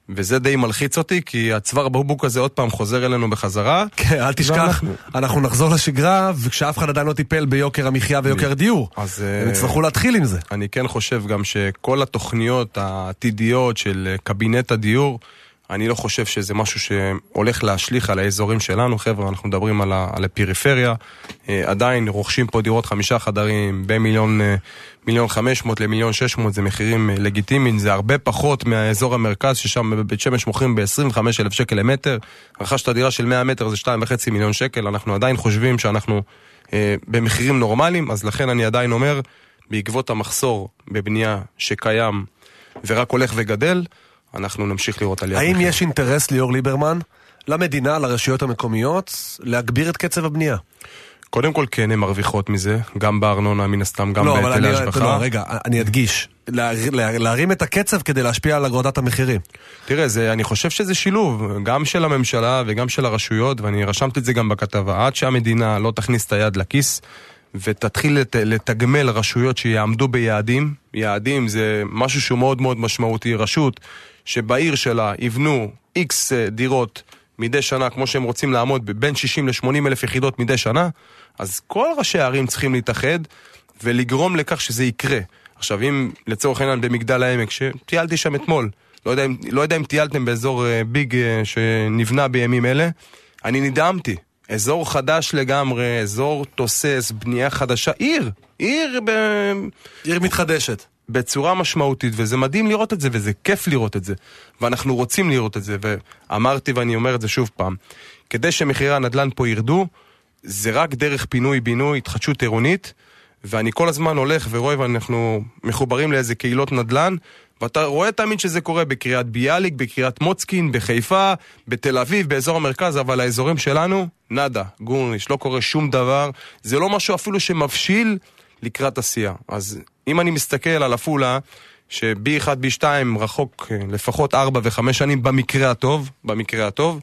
וזה די מלחיץ אותי, כי הצוואר בקבוק הזה עוד פעם חוזר אלינו בחזרה. כן, אל תשכח, אנחנו נחזור לשגרה, וכשאף אחד עדיין לא טיפל ביוקר המחיה ויוקר הדיור, הם יצטרכו להתחיל עם זה. אני כן חושב גם שכל התוכניות העתידיות של קבינט הדיור, אני לא חושב שזה משהו שהולך להשליך על האזורים שלנו, חבר'ה, אנחנו מדברים על, ה, על הפריפריה, עדיין רוכשים פה דירות חמישה חדרים, במיליון מיליון חמש מאות למיליון שש מאות, זה מחירים לגיטימיים, זה הרבה פחות מהאזור המרכז, ששם בבית שמש מוכרים ב-עשרים וחמישה אלף שקל למטר, רכשת דירה של מאה מטר זה שתיים וחצי מיליון שקל, אנחנו עדיין חושבים שאנחנו אה, במחירים נורמליים, אז לכן אני עדיין אומר, בעקבות המחסור בבנייה שקיים ורק הולך וגדל, אנחנו נמשיך לראות עליית האם מחיר. יש אינטרס ליאור ליברמן, למדינה, לרשויות המקומיות, להגביר את קצב הבנייה? קודם כל כן, הן מרוויחות מזה, גם בארנונה, מן הסתם, גם בהיטלי השבחה. לא, רגע, אני אדגיש, לה, לה, להרים את הקצב כדי להשפיע על הגרדת המחירים. תראה, זה, אני חושב שזה שילוב, גם של הממשלה וגם של הרשויות, ואני רשמתי את זה גם בכתבה, עד שהמדינה לא תכניס את היד לכיס, ותתחיל לת, לתגמל רשויות שיעמדו ביעדים, יעדים זה משהו שהוא מאוד מאוד משמעותי, רשות שבעיר שלה יבנו איקס דירות מדי שנה, כמו שהם רוצים לעמוד בין שישים לשמונים אלף יחידות מדי שנה, אז כל ראשי הערים צריכים להתאחד ולגרום לכך שזה יקרה. עכשיו, אם לצורך העניין במגדל העמק, שטיילתי שם אתמול, לא יודע, לא יודע אם טיילתם באזור ביג שנבנה בימים אלה, אני נדהמתי. אזור חדש לגמרי, אזור תוסס, בנייה חדשה, עיר, עיר ב... עיר מתחדשת. בצורה משמעותית, וזה מדהים לראות את זה, וזה כיף לראות את זה, ואנחנו רוצים לראות את זה, ואמרתי ואני אומר את זה שוב פעם, כדי שמחירי הנדל"ן פה ירדו, זה רק דרך פינוי-בינוי, התחדשות עירונית, ואני כל הזמן הולך ורואה, ואנחנו מחוברים לאיזה קהילות נדל"ן, ואתה רואה תמיד שזה קורה בקריית ביאליק, בקריית מוצקין, בחיפה, בתל אביב, באזור המרכז, אבל האזורים שלנו, נדה, גורניש, לא קורה שום דבר, זה לא משהו אפילו שמבשיל לקראת עשייה. אז אם אני מסתכל על הפולה, שבי אחת בי שתיים רחוק לפחות ארבע וחמש שנים במקרה הטוב, במקרה הטוב,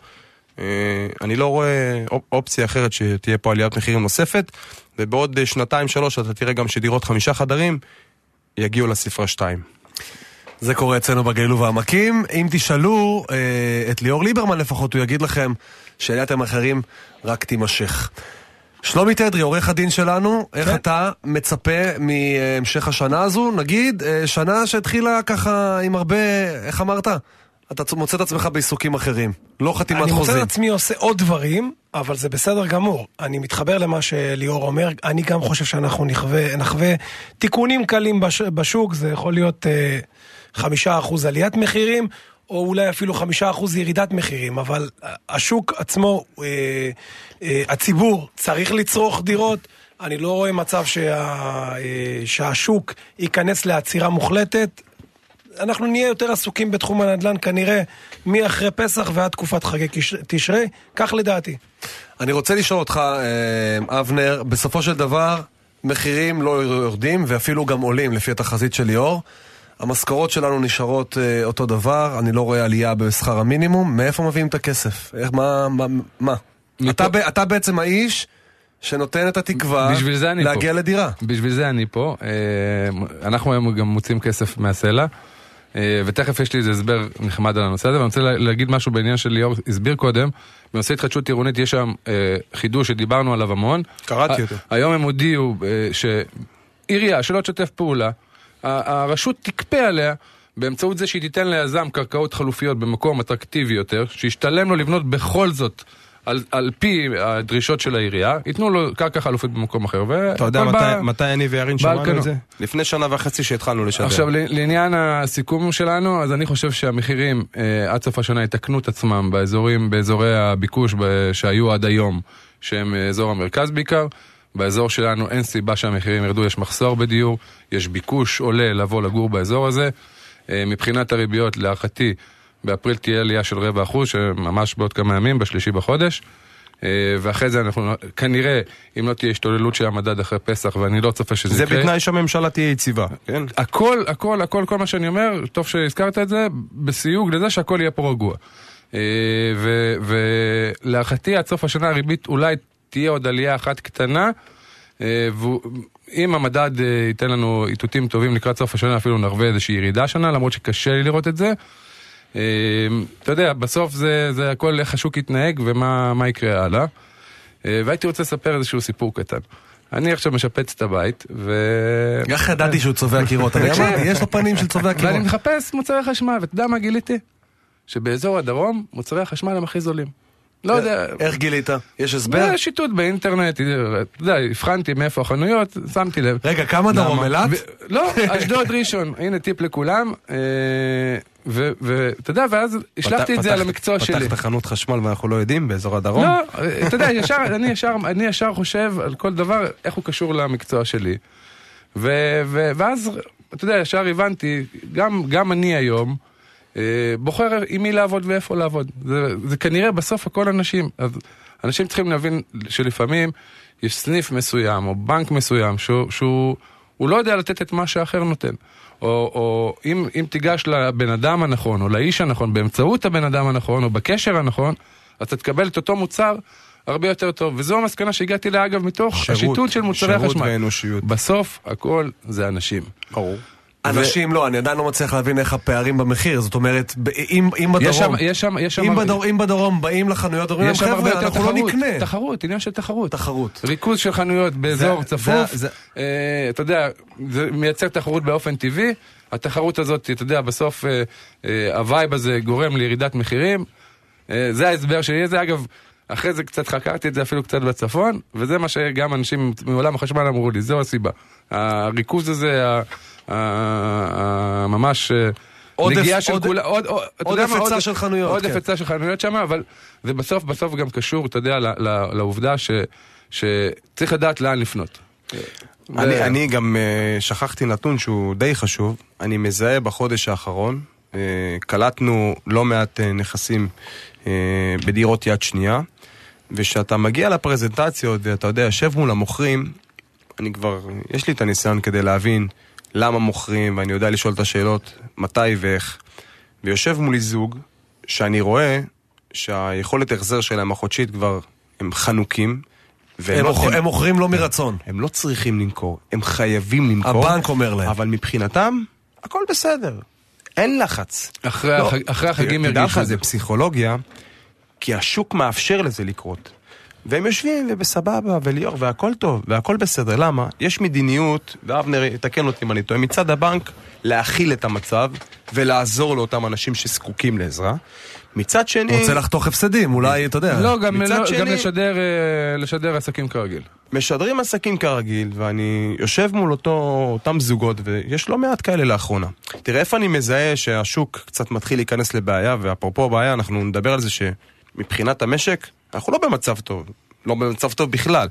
אני לא רואה אופציה אחרת שתהיה פה עליית מחירים נוספת, ובעוד שנתיים שלוש אתה תראה גם שדירות חמישה חדרים יגיעו לספרה שתיים. זה קורה אצלנו בגליל ובעמקים. אם תשאלו אה, את ליאור ליברמן לפחות, הוא יגיד לכם שעליית המחירים רק תימשך. שלומי תדרי, עורך הדין שלנו, איך כן? אתה מצפה מהמשך השנה הזו? נגיד, שנה שהתחילה ככה עם הרבה, איך אמרת? אתה מוצא את עצמך בעיסוקים אחרים, לא חתימת חוזים. אני מוצא את עצמי עושה עוד דברים, אבל זה בסדר גמור. אני מתחבר למה שליאור אומר, אני גם חושב שאנחנו נחווה, נחווה תיקונים קלים בש, בשוק, זה יכול להיות אה, חמישה אחוז עליית מחירים, או אולי אפילו חמישה אחוז ירידת מחירים, אבל השוק עצמו, אה, אה, הציבור צריך לצרוך דירות, אני לא רואה מצב שה, אה, שהשוק ייכנס לעצירה מוחלטת, אנחנו נהיה יותר עסוקים בתחום הנדל"ן כנראה מאחרי פסח ועד תקופת חגי תשרי, כך לדעתי. אני רוצה לשאול אותך, אבנר, בסופו של דבר מחירים לא יורדים ואפילו גם עולים לפי התחזית של ליאור. המשכורות שלנו נשארות אותו דבר, אני לא רואה עלייה בשכר המינימום, מאיפה מביאים את הכסף? איך, מה, מה, מה? אתה, אתה בעצם האיש שנותן את התקווה להגיע פה. לדירה. בשביל זה אני פה. אנחנו היום גם מוצאים כסף מהסלע, ותכף יש לי איזה הסבר נחמד על הנושא הזה, ואני רוצה להגיד משהו בעניין של ליאור הסביר קודם. בנושא התחדשות עירונית יש שם חידוש שדיברנו עליו המון. קראתי אותו. היום הם הודיעו שעירייה שלא תשתף פעולה, הרשות תקפה עליה באמצעות זה שהיא תיתן ליזם קרקעות חלופיות במקום אטרקטיבי יותר, שישתלם לו לבנות בכל זאת על, על פי הדרישות של העירייה, ייתנו לו קרקע חלופית במקום אחר. אתה יודע מתי, בא... מתי אני וירין שמענו את זה? לפני שנה וחצי שהתחלנו לשדר. עכשיו, לעניין הסיכום שלנו, אז אני חושב שהמחירים אה, עד סוף השנה יתקנו את עצמם באזורים, באזורי הביקוש ב- שהיו עד היום, שהם אזור המרכז בעיקר. באזור שלנו אין סיבה שהמחירים ירדו, יש מחסור בדיור, יש ביקוש עולה לבוא לגור באזור הזה. אה, מבחינת הריביות, להערכתי, באפריל תהיה עלייה של רבע אחוז, שממש בעוד כמה ימים, בשלישי בחודש, ואחרי זה אנחנו, כנראה, אם לא תהיה השתוללות של המדד אחרי פסח, ואני לא צופה שזה זה יקרה. זה בתנאי שהממשלה תהיה יציבה, כן? הכל, הכל, הכל, כל מה שאני אומר, טוב שהזכרת את זה, בסיוג לזה שהכל יהיה פה רגוע. ולהערכתי, עד סוף השנה הריבית אולי תהיה עוד עלייה אחת קטנה, ואם המדד ייתן לנו איתותים טובים לקראת סוף השנה, אפילו נרווה איזושהי ירידה שנה, למרות שקשה לי לראות את זה. אתה יודע, בסוף זה, זה הכל איך השוק יתנהג ומה מה יקרה הלאה. והייתי רוצה לספר איזשהו סיפור קטן. אני עכשיו משפץ את הבית, ו... איך ידעתי שהוא צובע קירות? אני אמרתי, יש לו פנים של צובע קירות. ואני מחפש מוצרי חשמל, ואתה יודע מה גיליתי? שבאזור הדרום מוצרי החשמל הם הכי זולים. לא יודע... איך גילית? יש הסבר? שיטוט באינטרנט, אתה יודע, הבחנתי מאיפה החנויות, שמתי לב. רגע, כמה דרום? אילת? לא, אשדוד ראשון, הנה טיפ לכולם, ואתה יודע, ואז השלחתי את זה על המקצוע שלי. פתחת חנות חשמל ואנחנו לא יודעים באזור הדרום? לא, אתה יודע, אני ישר חושב על כל דבר, איך הוא קשור למקצוע שלי. ואז, אתה יודע, ישר הבנתי, גם אני היום, בוחר עם מי לעבוד ואיפה לעבוד. זה, זה כנראה בסוף הכל אנשים. אז אנשים צריכים להבין שלפעמים יש סניף מסוים או בנק מסוים שהוא, שהוא הוא לא יודע לתת את מה שאחר נותן. או, או אם, אם תיגש לבן אדם הנכון או לאיש הנכון באמצעות הבן אדם הנכון או בקשר הנכון, אז אתה תקבל את אותו מוצר הרבה יותר טוב. וזו המסקנה שהגעתי לה אגב מתוך שירות, השיטוט של מוצרי החשמל. שירות ואנושיות. בסוף הכל זה אנשים. ברור. אנשים לא, אני עדיין לא מצליח להבין איך הפערים במחיר, זאת אומרת, אם בדרום, אם בדרום באים לחנויות, אומרים להם חבר'ה, אנחנו לא נקנה. תחרות, עניין של תחרות. תחרות. ריכוז של חנויות באזור צפוף, אתה יודע, זה מייצר תחרות באופן טבעי, התחרות הזאת, אתה יודע, בסוף הווייב הזה גורם לירידת מחירים, זה ההסבר שלי, זה אגב, אחרי זה קצת חקרתי את זה אפילו קצת בצפון, וזה מה שגם אנשים מעולם החשמל אמרו לי, זו הסיבה. הריכוז הזה, ממש נגיעה של כולה, עוד הפצה של חנויות. עוד הפצה של חנויות שם, אבל זה בסוף בסוף גם קשור, אתה יודע, לעובדה שצריך לדעת לאן לפנות. אני גם שכחתי נתון שהוא די חשוב, אני מזהה בחודש האחרון, קלטנו לא מעט נכסים בדירות יד שנייה, ושאתה מגיע לפרזנטציות ואתה יודע, יושב מול המוכרים, אני כבר, יש לי את הניסיון כדי להבין למה מוכרים, ואני יודע לשאול את השאלות מתי ואיך. ויושב מולי זוג שאני רואה שהיכולת החזר שלהם החודשית כבר הם חנוקים. הם, לא, הם, הם מוכרים לא מרצון. הם לא צריכים למכור, הם חייבים למכור. הבנק אומר להם. אבל מבחינתם, הכל בסדר. אין לחץ. אחרי, לא, הח, אחרי החגים ירגישו. זה פסיכולוגיה, כי השוק מאפשר לזה לקרות. והם יושבים ובסבבה וליאור והכל טוב והכל בסדר. למה? יש מדיניות, ואבנר יתקן אותי אם אני טועה, מצד הבנק להכיל את המצב ולעזור לאותם אנשים שזקוקים לעזרה. מצד שני... רוצה לחתוך הפסדים, אולי, אתה יודע. לא, גם, לא, שני, גם לשדר, לשדר עסקים כרגיל. משדרים עסקים כרגיל, ואני יושב מול אותו, אותם זוגות, ויש לא מעט כאלה לאחרונה. תראה, איפה אני מזהה שהשוק קצת מתחיל להיכנס לבעיה, ואפרופו הבעיה, אנחנו נדבר על זה שמבחינת המשק, אנחנו לא במצב טוב, לא במצב טוב בכלל.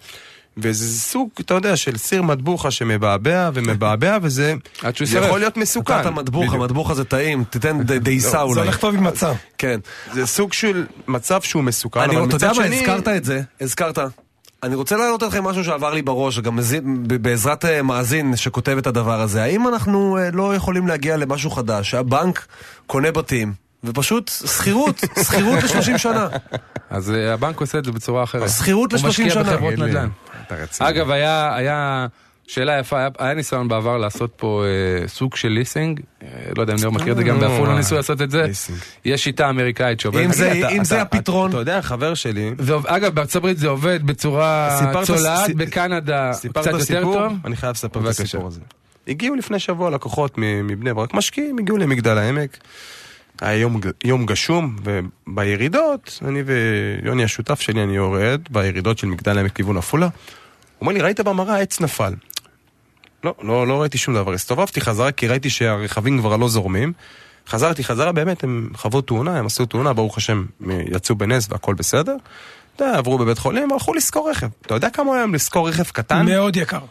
וזה סוג, אתה יודע, של סיר מטבוחה שמבעבע ומבעבע, וזה יכול להיות מסוכן. אתה מטבוחה, מטבוחה זה טעים, תיתן דייסה אולי. זה הולך טוב עם מצב. כן. זה סוג של מצב שהוא מסוכן, אבל מצד שני... אתה יודע מה, הזכרת את זה, הזכרת. אני רוצה להעלות אתכם משהו שעבר לי בראש, גם בעזרת מאזין שכותב את הדבר הזה. האם אנחנו לא יכולים להגיע למשהו חדש, שהבנק קונה בתים, ופשוט סחירות, סחירות ל-שלושים שנה. אז הבנק עושה את זה בצורה אחרת. סחירות ל-שלושים שנה. הוא משקיע בחברות נדל"ן. אגב, היה, היה שאלה יפה, היה, היה ניסיון בעבר לעשות פה אה, סוג של ליסינג, אה, לא יודע אם אני מכיר את זה, גם באפולו ניסו לעשות את זה. יש שיטה אמריקאית שעובדת. אם זה, אם זה הפתרון. אתה יודע, חבר שלי... אגב, בארצות הברית זה עובד בצורה צולעת, בקנדה קצת יותר טוב. אני חייב לספר את הסיפור הזה. הגיעו לפני שבוע לקוחות מבני ברק, משקיעים, הגיעו למגדל העמק. היה יום, יום גשום, ובירידות, אני ויוני השותף שלי, אני יורד, בירידות של מגדל העמק כיוון אפולה. הוא אומר לי, ראית במראה, העץ נפל. לא, לא, לא ראיתי שום דבר. הסתובבתי חזרה, כי ראיתי שהרכבים כבר לא זורמים. חזרתי חזרה, באמת, הם חוו תאונה, הם עשו תאונה, ברוך השם, יצאו בנס והכל בסדר. אתה יודע, עברו בבית חולים, הלכו לזכור רכב. אתה יודע כמה היום לזכור רכב קטן? מאוד יקר.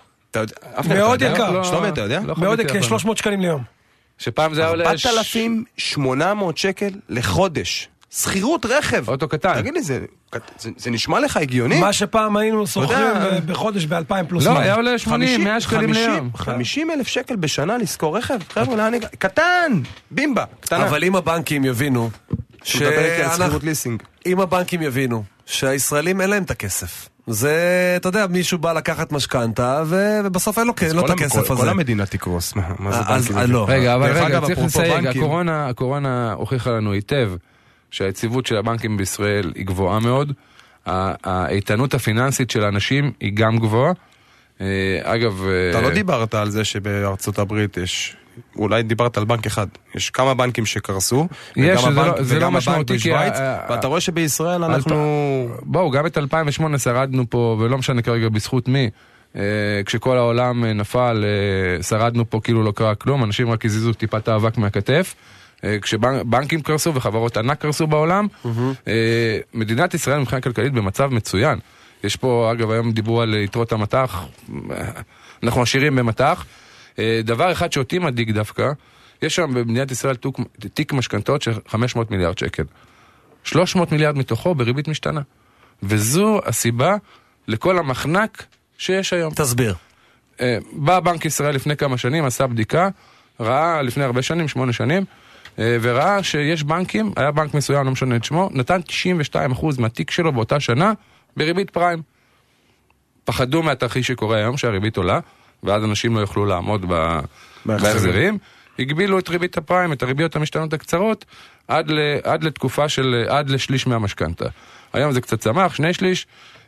מאוד יקר. שלומי, אתה יודע? מאוד יקר, שלוש מאות שקלים ליום. שפעם זה היה עולה... ארבעת אלפים ושמונה מאות שקל לחודש. שכירות רכב. אוטו קטן. תגיד לי, זה, זה, זה נשמע לך הגיוני? מה שפעם היינו שוכרים בחודש ב-אלפיים פלוס. לא, היה עולה שמונים, מאה שקלים ליום. חמישים אלף שקל בשנה לזכור רכב? חבר'ה, לאן הגע? קטן! בימבה, קטנה. אבל אם הבנקים יבינו... שמדבר איתי על שכירות ליסינג. אם הבנקים יבינו שהישראלים אין להם את הכסף, זה, אתה יודע, מישהו בא לקחת משכנתה, ובסוף אין לו את הכסף הזה. כל המדינה תקרוס. רגע, אבל רגע, צריך לסייג, הקורונה הוכיחה לנו היטב, שהיציבות של הבנקים בישראל היא גבוהה מאוד, האיתנות הפיננסית של האנשים היא גם גבוהה. אגב... אתה לא דיברת על זה שבארצות הברית יש... אולי דיברת על בנק אחד. יש כמה בנקים שקרסו, יש, זה לא, זה לא משמעותי, כי... ואתה רואה שבישראל אנחנו... בואו, גם את אלפיים ושמונה שרדנו פה, ולא משנה כרגע בזכות מי, כשכל העולם נפל, שרדנו פה כאילו לא קרה כלום, אנשים רק הזיזו טיפת האבק מהכתף, כשבנקים קרסו וחברות ענק קרסו בעולם, מדינת ישראל מבחינה כלכלית במצב מצוין. יש פה, אגב, היום דיברו על יתרות המטח, אנחנו עשירים במטח, דבר אחד שאותי מדאיג דווקא, יש שם במדינת ישראל תיק משכנתאות של חמש מאות מיליארד שקל. שלוש מאות מיליארד מתוכו בריבית משתנה. וזו הסיבה לכל המחנק שיש היום. תסביר. בא בנק ישראל לפני כמה שנים, עשה בדיקה, ראה לפני הרבה שנים, שמונה שנים, וראה שיש בנקים, היה בנק מסוים, לא משנה את שמו, נתן תשעים ושתיים אחוז מהתיק שלו באותה שנה בריבית פריים. פחדו מהתרחיש שקורה היום שהריבית עולה, ואז אנשים לא יוכלו לעמוד בהחזרים, הגבילו את ריבית הפריים, את הריביות המשתנות הקצרות, עד, ל, עד לתקופה של, עד לשליש מהמשכנתה. היום זה קצת צמח, שני שליש.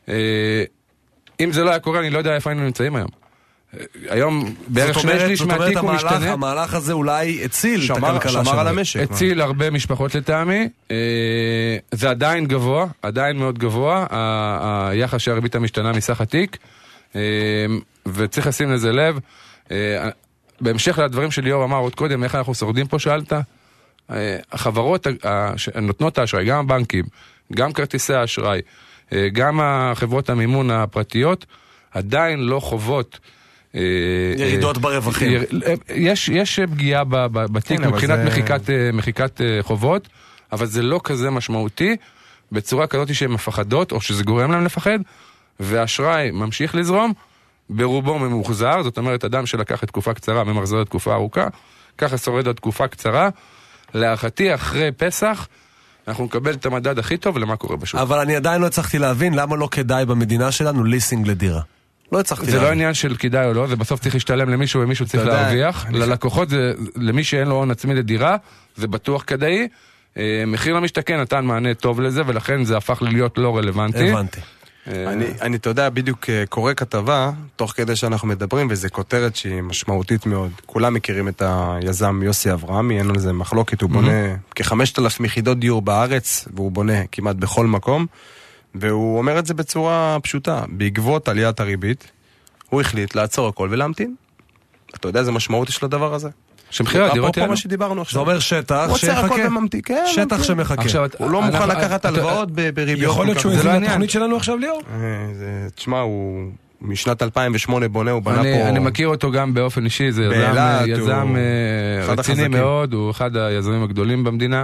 אם זה לא היה קורה, אני לא יודע איפה היינו נמצאים היום. היום בערך שני שליש מהתיק הוא משתנה. המהלך הזה אולי הציל את הכלכלה שמר על המשק. הציל הרבה משפחות לטעמי. זה עדיין גבוה, עדיין מאוד גבוה, היחס שהריבית המשתנה מסך התיק. וצריך לשים לזה לב. בהמשך לדברים שליאור אמר עוד קודם, איך אנחנו שורדים פה, שאלת? החברות נותנות האשראי, גם הבנקים, גם כרטיסי האשראי, גם החברות המימון הפרטיות, עדיין לא חובות ירידות ברווחים. יש, יש פגיעה בתיק מבחינת מחיקת חובות, אבל זה לא כזה משמעותי, בצורה כזאת שהן מפחדות, או שזה גורם להם לפחד, והאשראי ממשיך לזרום, ברובו ממוחזר, זאת אומרת, אדם שלקח את תקופה קצרה, ממחזר את תקופה ארוכה, ככה שורד את תקופה קצרה, להערכתי אחרי פסח, אנחנו נקבל את המדד הכי טוב למה קורה בשוק. אבל אני עדיין לא הצלחתי להבין למה לא כדאי במדינה שלנו ליסינג לדירה. לא הצלחתי להבין. זה לא עניין של כדאי או לא, זה בסוף צריך להשתלם למישהו ומישהו צריך להרוויח. ללקוחות, למי שאין לו הון עצמי לדירה, זה בטוח כדאי. מחיר למשתכן נתן מענה טוב לזה, ולכן זה הפך להיות לא רלוונטי. הבנתי. אני, אני, אתה יודע, בדיוק קורא כתבה, תוך כדי שאנחנו מדברים, וזה כותרת שהיא משמעותית מאוד. כולם מכירים את היזם יוסי אברהמי, אין על זה מחלוקת, הוא בונה כ-חמשת אלפים יחידות דיור בארץ, והוא בונה כמעט בכל מקום, והוא אומר את זה בצורה פשוטה. בעקבות עליית הריבית, הוא החליט לעצור הכל ולהמתין. אתה יודע איזה משמעות יש לדבר הזה? שמחיר הדירות יעלו. זה אומר שטח שחכה. שטח שמחכה. הוא לא מוכן לקחת הלוואות בריביות. יכול להיות שהוא הבין התוכנית שלנו עכשיו, ליאור? תשמע, הוא משנת אלפיים ושמונה בונה, הוא בנה פה... אני מכיר אותו גם באופן אישי, זה יזם רציני מאוד, הוא אחד היזמים הגדולים במדינה.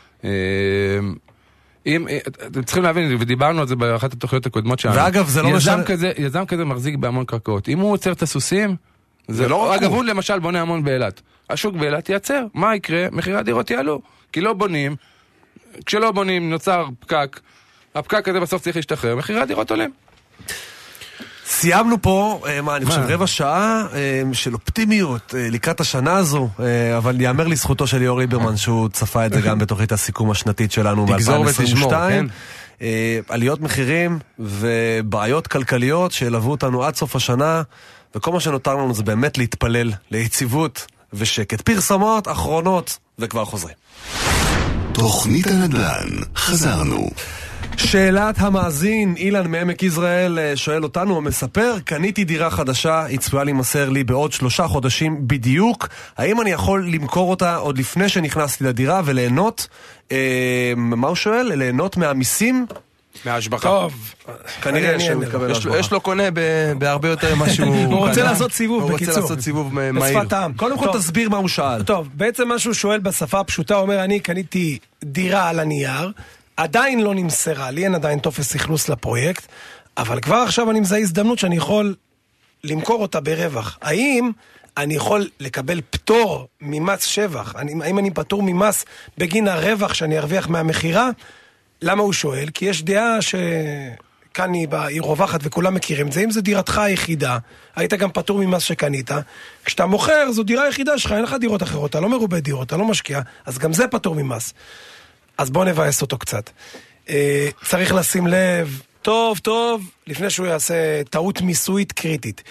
אם, אתם צריכים להבין, ודיברנו על זה באחת התוכניות הקודמות שלנו. ואגב, זה לא משנה... יזם כזה מחזיק בהמון קרקעות. אם הוא עוצר את הסוסים, זה לא... אגב, הוא למשל בונה המון באילת. השוק באילת ייצר. מה יקרה? מחירי הדירות יעלו. כי לא בונים, כשלא בונים נוצר פקק, הפקק הזה בסוף צריך להשתחרר, מחירי הדירות עולים. סיימנו פה, מה, אני חושב רבע שעה של אופטימיות לקראת השנה הזו, אבל יאמר לזכותו של ליאור ליברמן שהוא צפה את זה גם בתוכנית הסיכום השנתית שלנו ב-אלפיים עשרים ושתיים. עליות מחירים ובעיות כלכליות שילוו אותנו עד סוף השנה, וכל מה שנותר לנו זה באמת להתפלל ליציבות ושקט. פרסומות אחרונות וכבר חוזרים. תוכנית הנדל"ן, חזרנו. שאלת המאזין, אילן מעמק יזרעאל שואל אותנו, הוא מספר, קניתי דירה חדשה, היא צפויה להימסר לי בעוד שלושה חודשים בדיוק, האם אני יכול למכור אותה עוד לפני שנכנסתי לדירה וליהנות, אה, מה הוא שואל? ליהנות מהמיסים? מההשבחה. טוב, כנראה שהוא מתקבל להשבחה. יש לו קונה בהרבה יותר ממה שהוא... הוא רוצה לעשות סיבוב, בקיצור. הוא רוצה לעשות סיבוב מהיר. בשפת העם. קודם כל תסביר מה הוא שאל. טוב, בעצם מה שהוא שואל בשפה הפשוטה, הוא אומר, אני קניתי דירה על הנייר, עדיין לא נמסרה לי, אין עדיין טופס אכלוס לפרויקט, אבל כבר עכשיו אני מזהה הזדמנות שאני יכול למכור אותה ברווח. האם אני יכול לקבל פטור ממס שבח? האם אני פטור ממס בגין הרווח שאני ארוויח מהמחירה? למה הוא שואל? כי יש דעה כאן היא, היא רווחת וכולם מכירים את זה, אם זה דירתך היחידה, היית גם פטור ממס שקנית, כשאתה מוכר, זו דירה היחידה שלך, אין לך דירות אחרות, אתה לא מרובה דירות, אתה לא משקיע, אז גם זה פטור ממס. אז בוא נבאס אותו קצת. אה, צריך לשים לב, טוב, טוב, לפני שהוא יעשה טעות מיסויית קריטית.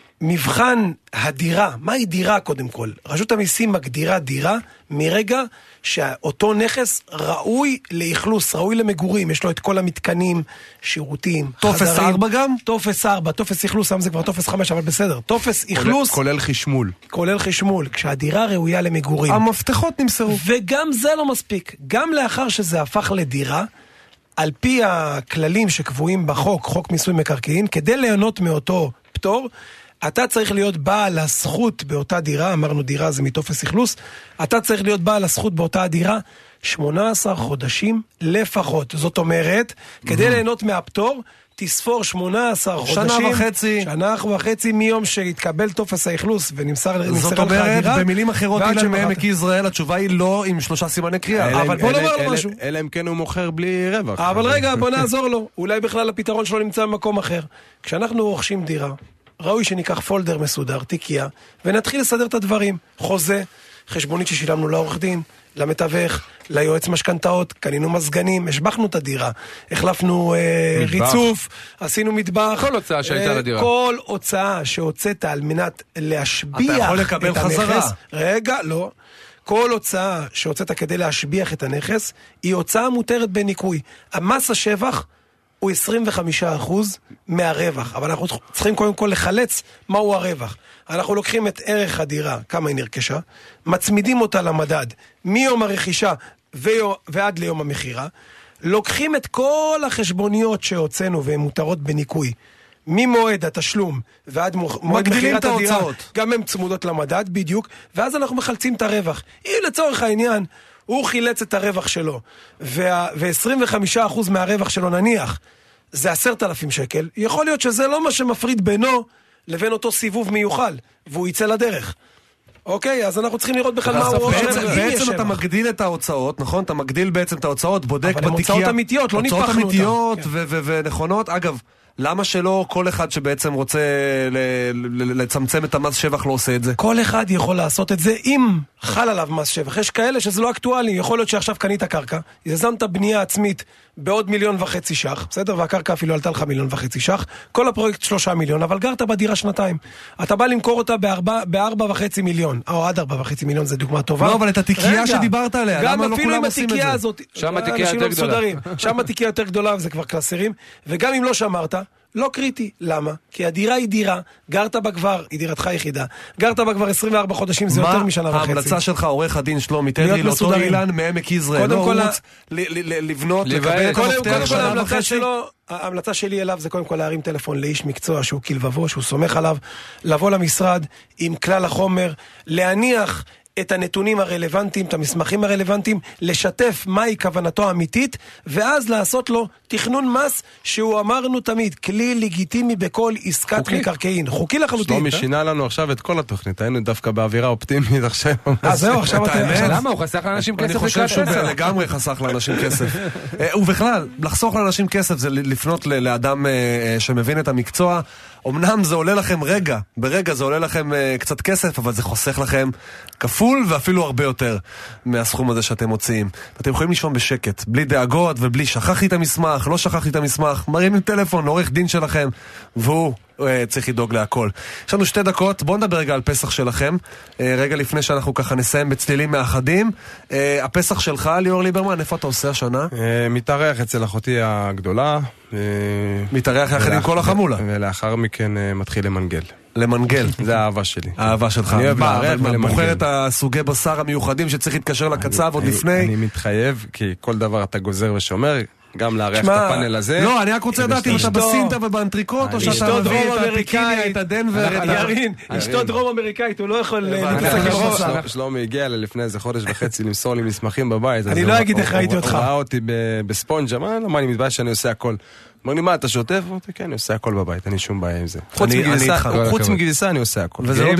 מבחן הדירה, מהי דירה קודם כל? רשות המיסים מגדירה דירה מרגע שאותו נכס ראוי לאכלוס, ראוי למגורים, יש לו את כל המתקנים, שירותים, טופס ארבע גם? טופס ארבע, טופס אכלוס, שם זה כבר טופס חמש, אבל בסדר, טופס אכלוס. כולל חשמול. כולל חשמול, כשהדירה ראויה למגורים. המפתחות נמסרו. וגם זה לא מספיק, גם לאחר שזה הפך לדירה, על פי הכללים שקבועים בחוק, חוק מיסוי מקרקעין, כדי ליהנות מאותו פטור, אתה צריך להיות בעל הזכות באותה דירה, אמרנו דירה זה מטופס אכלוס, אתה צריך להיות בעל הזכות באותה דירה שמונה עשר חודשים לפחות. זאת אומרת, כדי ליהנות מהפטור, תספור שמונה עשר חודשים, שנה וחצי, שנה וחצי מיום שהתקבל טופס האכלוס ונמסר לך הדירה. זאת אומרת, במילים אחרות, אילן מעמק יזרעאל, התשובה היא לא עם שלושה סימני קריאה. אבל בוא נאמר לו משהו. אלא אם כן הוא מוכר בלי רווח. אבל רגע, בוא נעזור לו. אולי בכלל הפתרון שלו נמצא במקום אחר. כשאנחנו רוכשים דירה, ראוי שניקח פולדר מסודר, תיקייה, ונתחיל לסדר את הדברים. חוזה, חשבונית ששילמנו לעורך דין, למתווך, ליועץ משכנתאות, קנינו מזגנים, השבחנו את הדירה, החלפנו אה, ריצוף, עשינו מטבח. כל הוצאה שהייתה אה, לדירה. כל הוצאה שהוצאת על מנת להשביח אתה יכול לקבל את חזרה. הנכס. רגע, לא. כל הוצאה שהוצאת כדי להשביח את הנכס, היא הוצאה מותרת בניקוי. המס השבח הוא עשרים וחמישה אחוז מהרווח, אבל אנחנו צריכים קודם כל לחלץ מהו הרווח. אנחנו לוקחים את ערך הדירה, כמה היא נרכשה, מצמידים אותה למדד, מיום הרכישה ועד ליום המחירה, לוקחים את כל החשבוניות שהוצאנו והן מותרות בניקוי, ממועד התשלום ועד מועד מחירת הדירה, גם הן צמודות למדד בדיוק, ואז אנחנו מחלצים את הרווח. אם לצורך העניין הוא חילץ את הרווח שלו, ו-עשרים וחמישה אחוז מהרווח שלו נניח, זה עשרת אלפים שקל, יכול להיות שזה לא מה שמפריד בינו לבין אותו סיבוב מיוחל, והוא יצא לדרך. אוקיי, אז אנחנו צריכים לראות בכלל מה הוא... בעצם אתה מגדיל את ההוצאות, נכון? אתה מגדיל בעצם את ההוצאות, בודק בתיקייה... אבל הן הוצאות אמיתיות, לא ניפחנו אותן. הוצאות אמיתיות ונכונות. אגב, למה שלא כל אחד שבעצם רוצה לצמצם את המס שבח לא עושה את זה? כל אחד יכול לעשות את זה אם חל עליו מס שבח. יש כאלה שזה לא אקטואלי, יכול להיות שעכשיו קנית קרקע, יזמת בנייה עצמית בעוד מיליון וחצי שח, בסדר? והקרקע אפילו עלתה לך מיליון וחצי שח, כל הפרויקט שלושה מיליון, אבל גרת בדירה שנתיים. אתה בא למכור אותה בארבע, בארבע וחצי מיליון, או עד ארבע וחצי מיליון, זה דוגמה טובה. לא, אבל את התיקייה שדיברת עליה, למה לא כולם עושים את זה? הזאת, שם התיקייה יותר גדולה. שם התיקייה יותר גדולה, וזה כבר קלסרים, וגם אם לא שמרת, לא קריטי. למה? כי הדירה היא דירה, גרת בה כבר, היא דירתך היחידה, גרת בה כבר עשרים וארבע חודשים, זה יותר משנה וחצי. מה ההמלצה שלך, עורך הדין שלומי תדרי, לאותו אילן מעמק יזרעאל, לא רוץ לבנות, לקבל את המפתח שנה וחצי? ההמלצה שלי אליו זה קודם כל להרים טלפון לאיש מקצוע שהוא כלבבו, שהוא סומך עליו, לבוא למשרד עם כלל החומר, להניח את הנתונים הרלוונטיים, את המסמכים הרלוונטיים, לשתף מהי כוונתו האמיתית, ואז לעשות לו תכנון מס, שהוא אמרנו תמיד, כלי לגיטימי בכל עסקת מקרקעין. חוקי לחלוטין. שלומי שינה לנו עכשיו את כל התוכנית, היינו דווקא באווירה אופטימית עכשיו. אז זהו, עכשיו אתה... למה? הוא חסך לאנשים כסף? אני חושב שהוא לגמרי חסך לאנשים כסף. ובכלל, לחסוך לאנשים כסף זה לפנות לאדם שמבין את המקצוע. אמנם זה עולה לכם רגע, ברגע זה עולה לכם uh, קצת כסף, אבל זה חוסך לכם כפול ואפילו הרבה יותר מהסכום הזה שאתם מוציאים. אתם יכולים לשמוע בשקט, בלי דאגות ובלי שכחתי את המסמך, לא שכחתי את המסמך, מרימים טלפון לעורך דין שלכם, והוא uh, צריך לדאוג להכל. יש לנו שתי דקות, בואו נדבר רגע על פסח שלכם, uh, רגע לפני שאנחנו ככה נסיים בצלילים מאחדים. Uh, הפסח שלך, ליאור ליברמן, איפה אתה עושה השנה? Uh, מתארח אצל אחותי הגדולה. מתארח יחד עם כל החמולה. ולאחר מכן מתחיל למנגל. למנגל. זה האהבה שלי. האהבה שלך. אני אוהב לארח ולמנגל. בוחר את הסוגי בשר המיוחדים שצריך להתקשר לקצב עוד לפני. אני מתחייב, כי כל דבר אתה גוזר ושומר, גם לארח את הפאנל הזה. לא, אני רק רוצה לדעת אם אתה בסינטה ובאנטריקוט, או שאתה מביא את הפיקיניה, את הדנבר. ירין, אשתו דרום אמריקאית, הוא לא יכול... שלומי הגיע אליי לפני איזה חודש וחצי למסור לי מסמכים בבית. אני לא אגיד איך ראיתי אותך. הוא ראה אותי בספונג'ה, מה אני מתבייש שאני עושה הכל. אמר לי, מה, אתה שוטף? אמרתי, כן, אני עושה הכל בבית, אין לי שום בעיה עם זה. חוץ מגביסה אני עושה הכל. וזה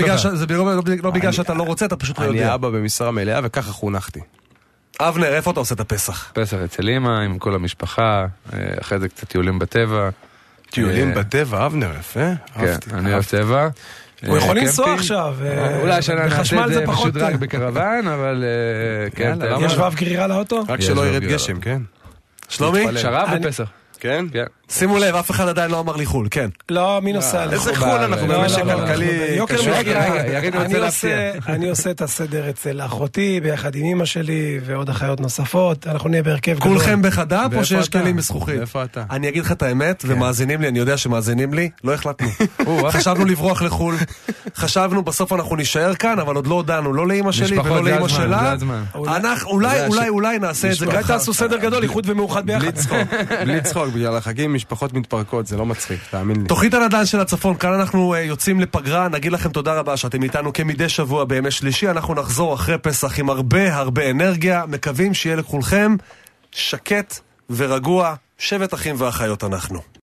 לא בגלל שאתה לא רוצה, אתה פשוט לא יודע. אני אבא במשרה מלאה, וככה חונכתי. אבנר, איפה אתה עושה את הפסח? פסח אצל אמא, עם כל המשפחה, אחרי זה קצת טיולים בטבע. טיולים בטבע, אבנר, יפה. כן, אני אוהב טבע. הוא יכול לנסוע עכשיו. אולי השנה נעשה את זה משודרג בקרוון, אבל כן. יש שבב גרירה לאוטו? רק שלא ירד גשם, כן. שלומי? שרב בפסח. כן? כן. שימו לב, אף אחד עדיין לא אמר לי חול, כן. לא, מי נוסע לחול? איזה חול אנחנו במשק כלכלי קשור. אני עושה את הסדר אצל אחותי, ביחד עם אמא שלי ועוד אחיות נוספות. אנחנו נהיה בהרכב גדול. כולכם בחד"פ או שיש כלים בזכוכית? איפה אתה? אני אגיד לך את האמת, ומאזינים לי, אני יודע שמאזינים לי, לא החלטנו. חשבנו לברוח לחול, חשבנו בסוף אנחנו נשאר כאן, אבל עוד לא הודענו, לא לאמא שלי ולא לאמא שלה. אולי, אולי, אולי נעשה את זה. אולי תעשו סדר גדול, איחוד ומאוחד ביחד. בלי צחוק, בגלל החגים משפחות מתפרקות, זה לא מצחיק, תאמין לי. תוכנית הנדל"ן של הצפון, כאן אנחנו יוצאים לפגרה, נגיד לכם תודה רבה שאתם איתנו כמדי שבוע בימי שלישי, אנחנו נחזור אחרי פסח עם הרבה הרבה אנרגיה, מקווים שיהיה לכולכם שקט ורגוע, שבט אחים ואחיות אנחנו.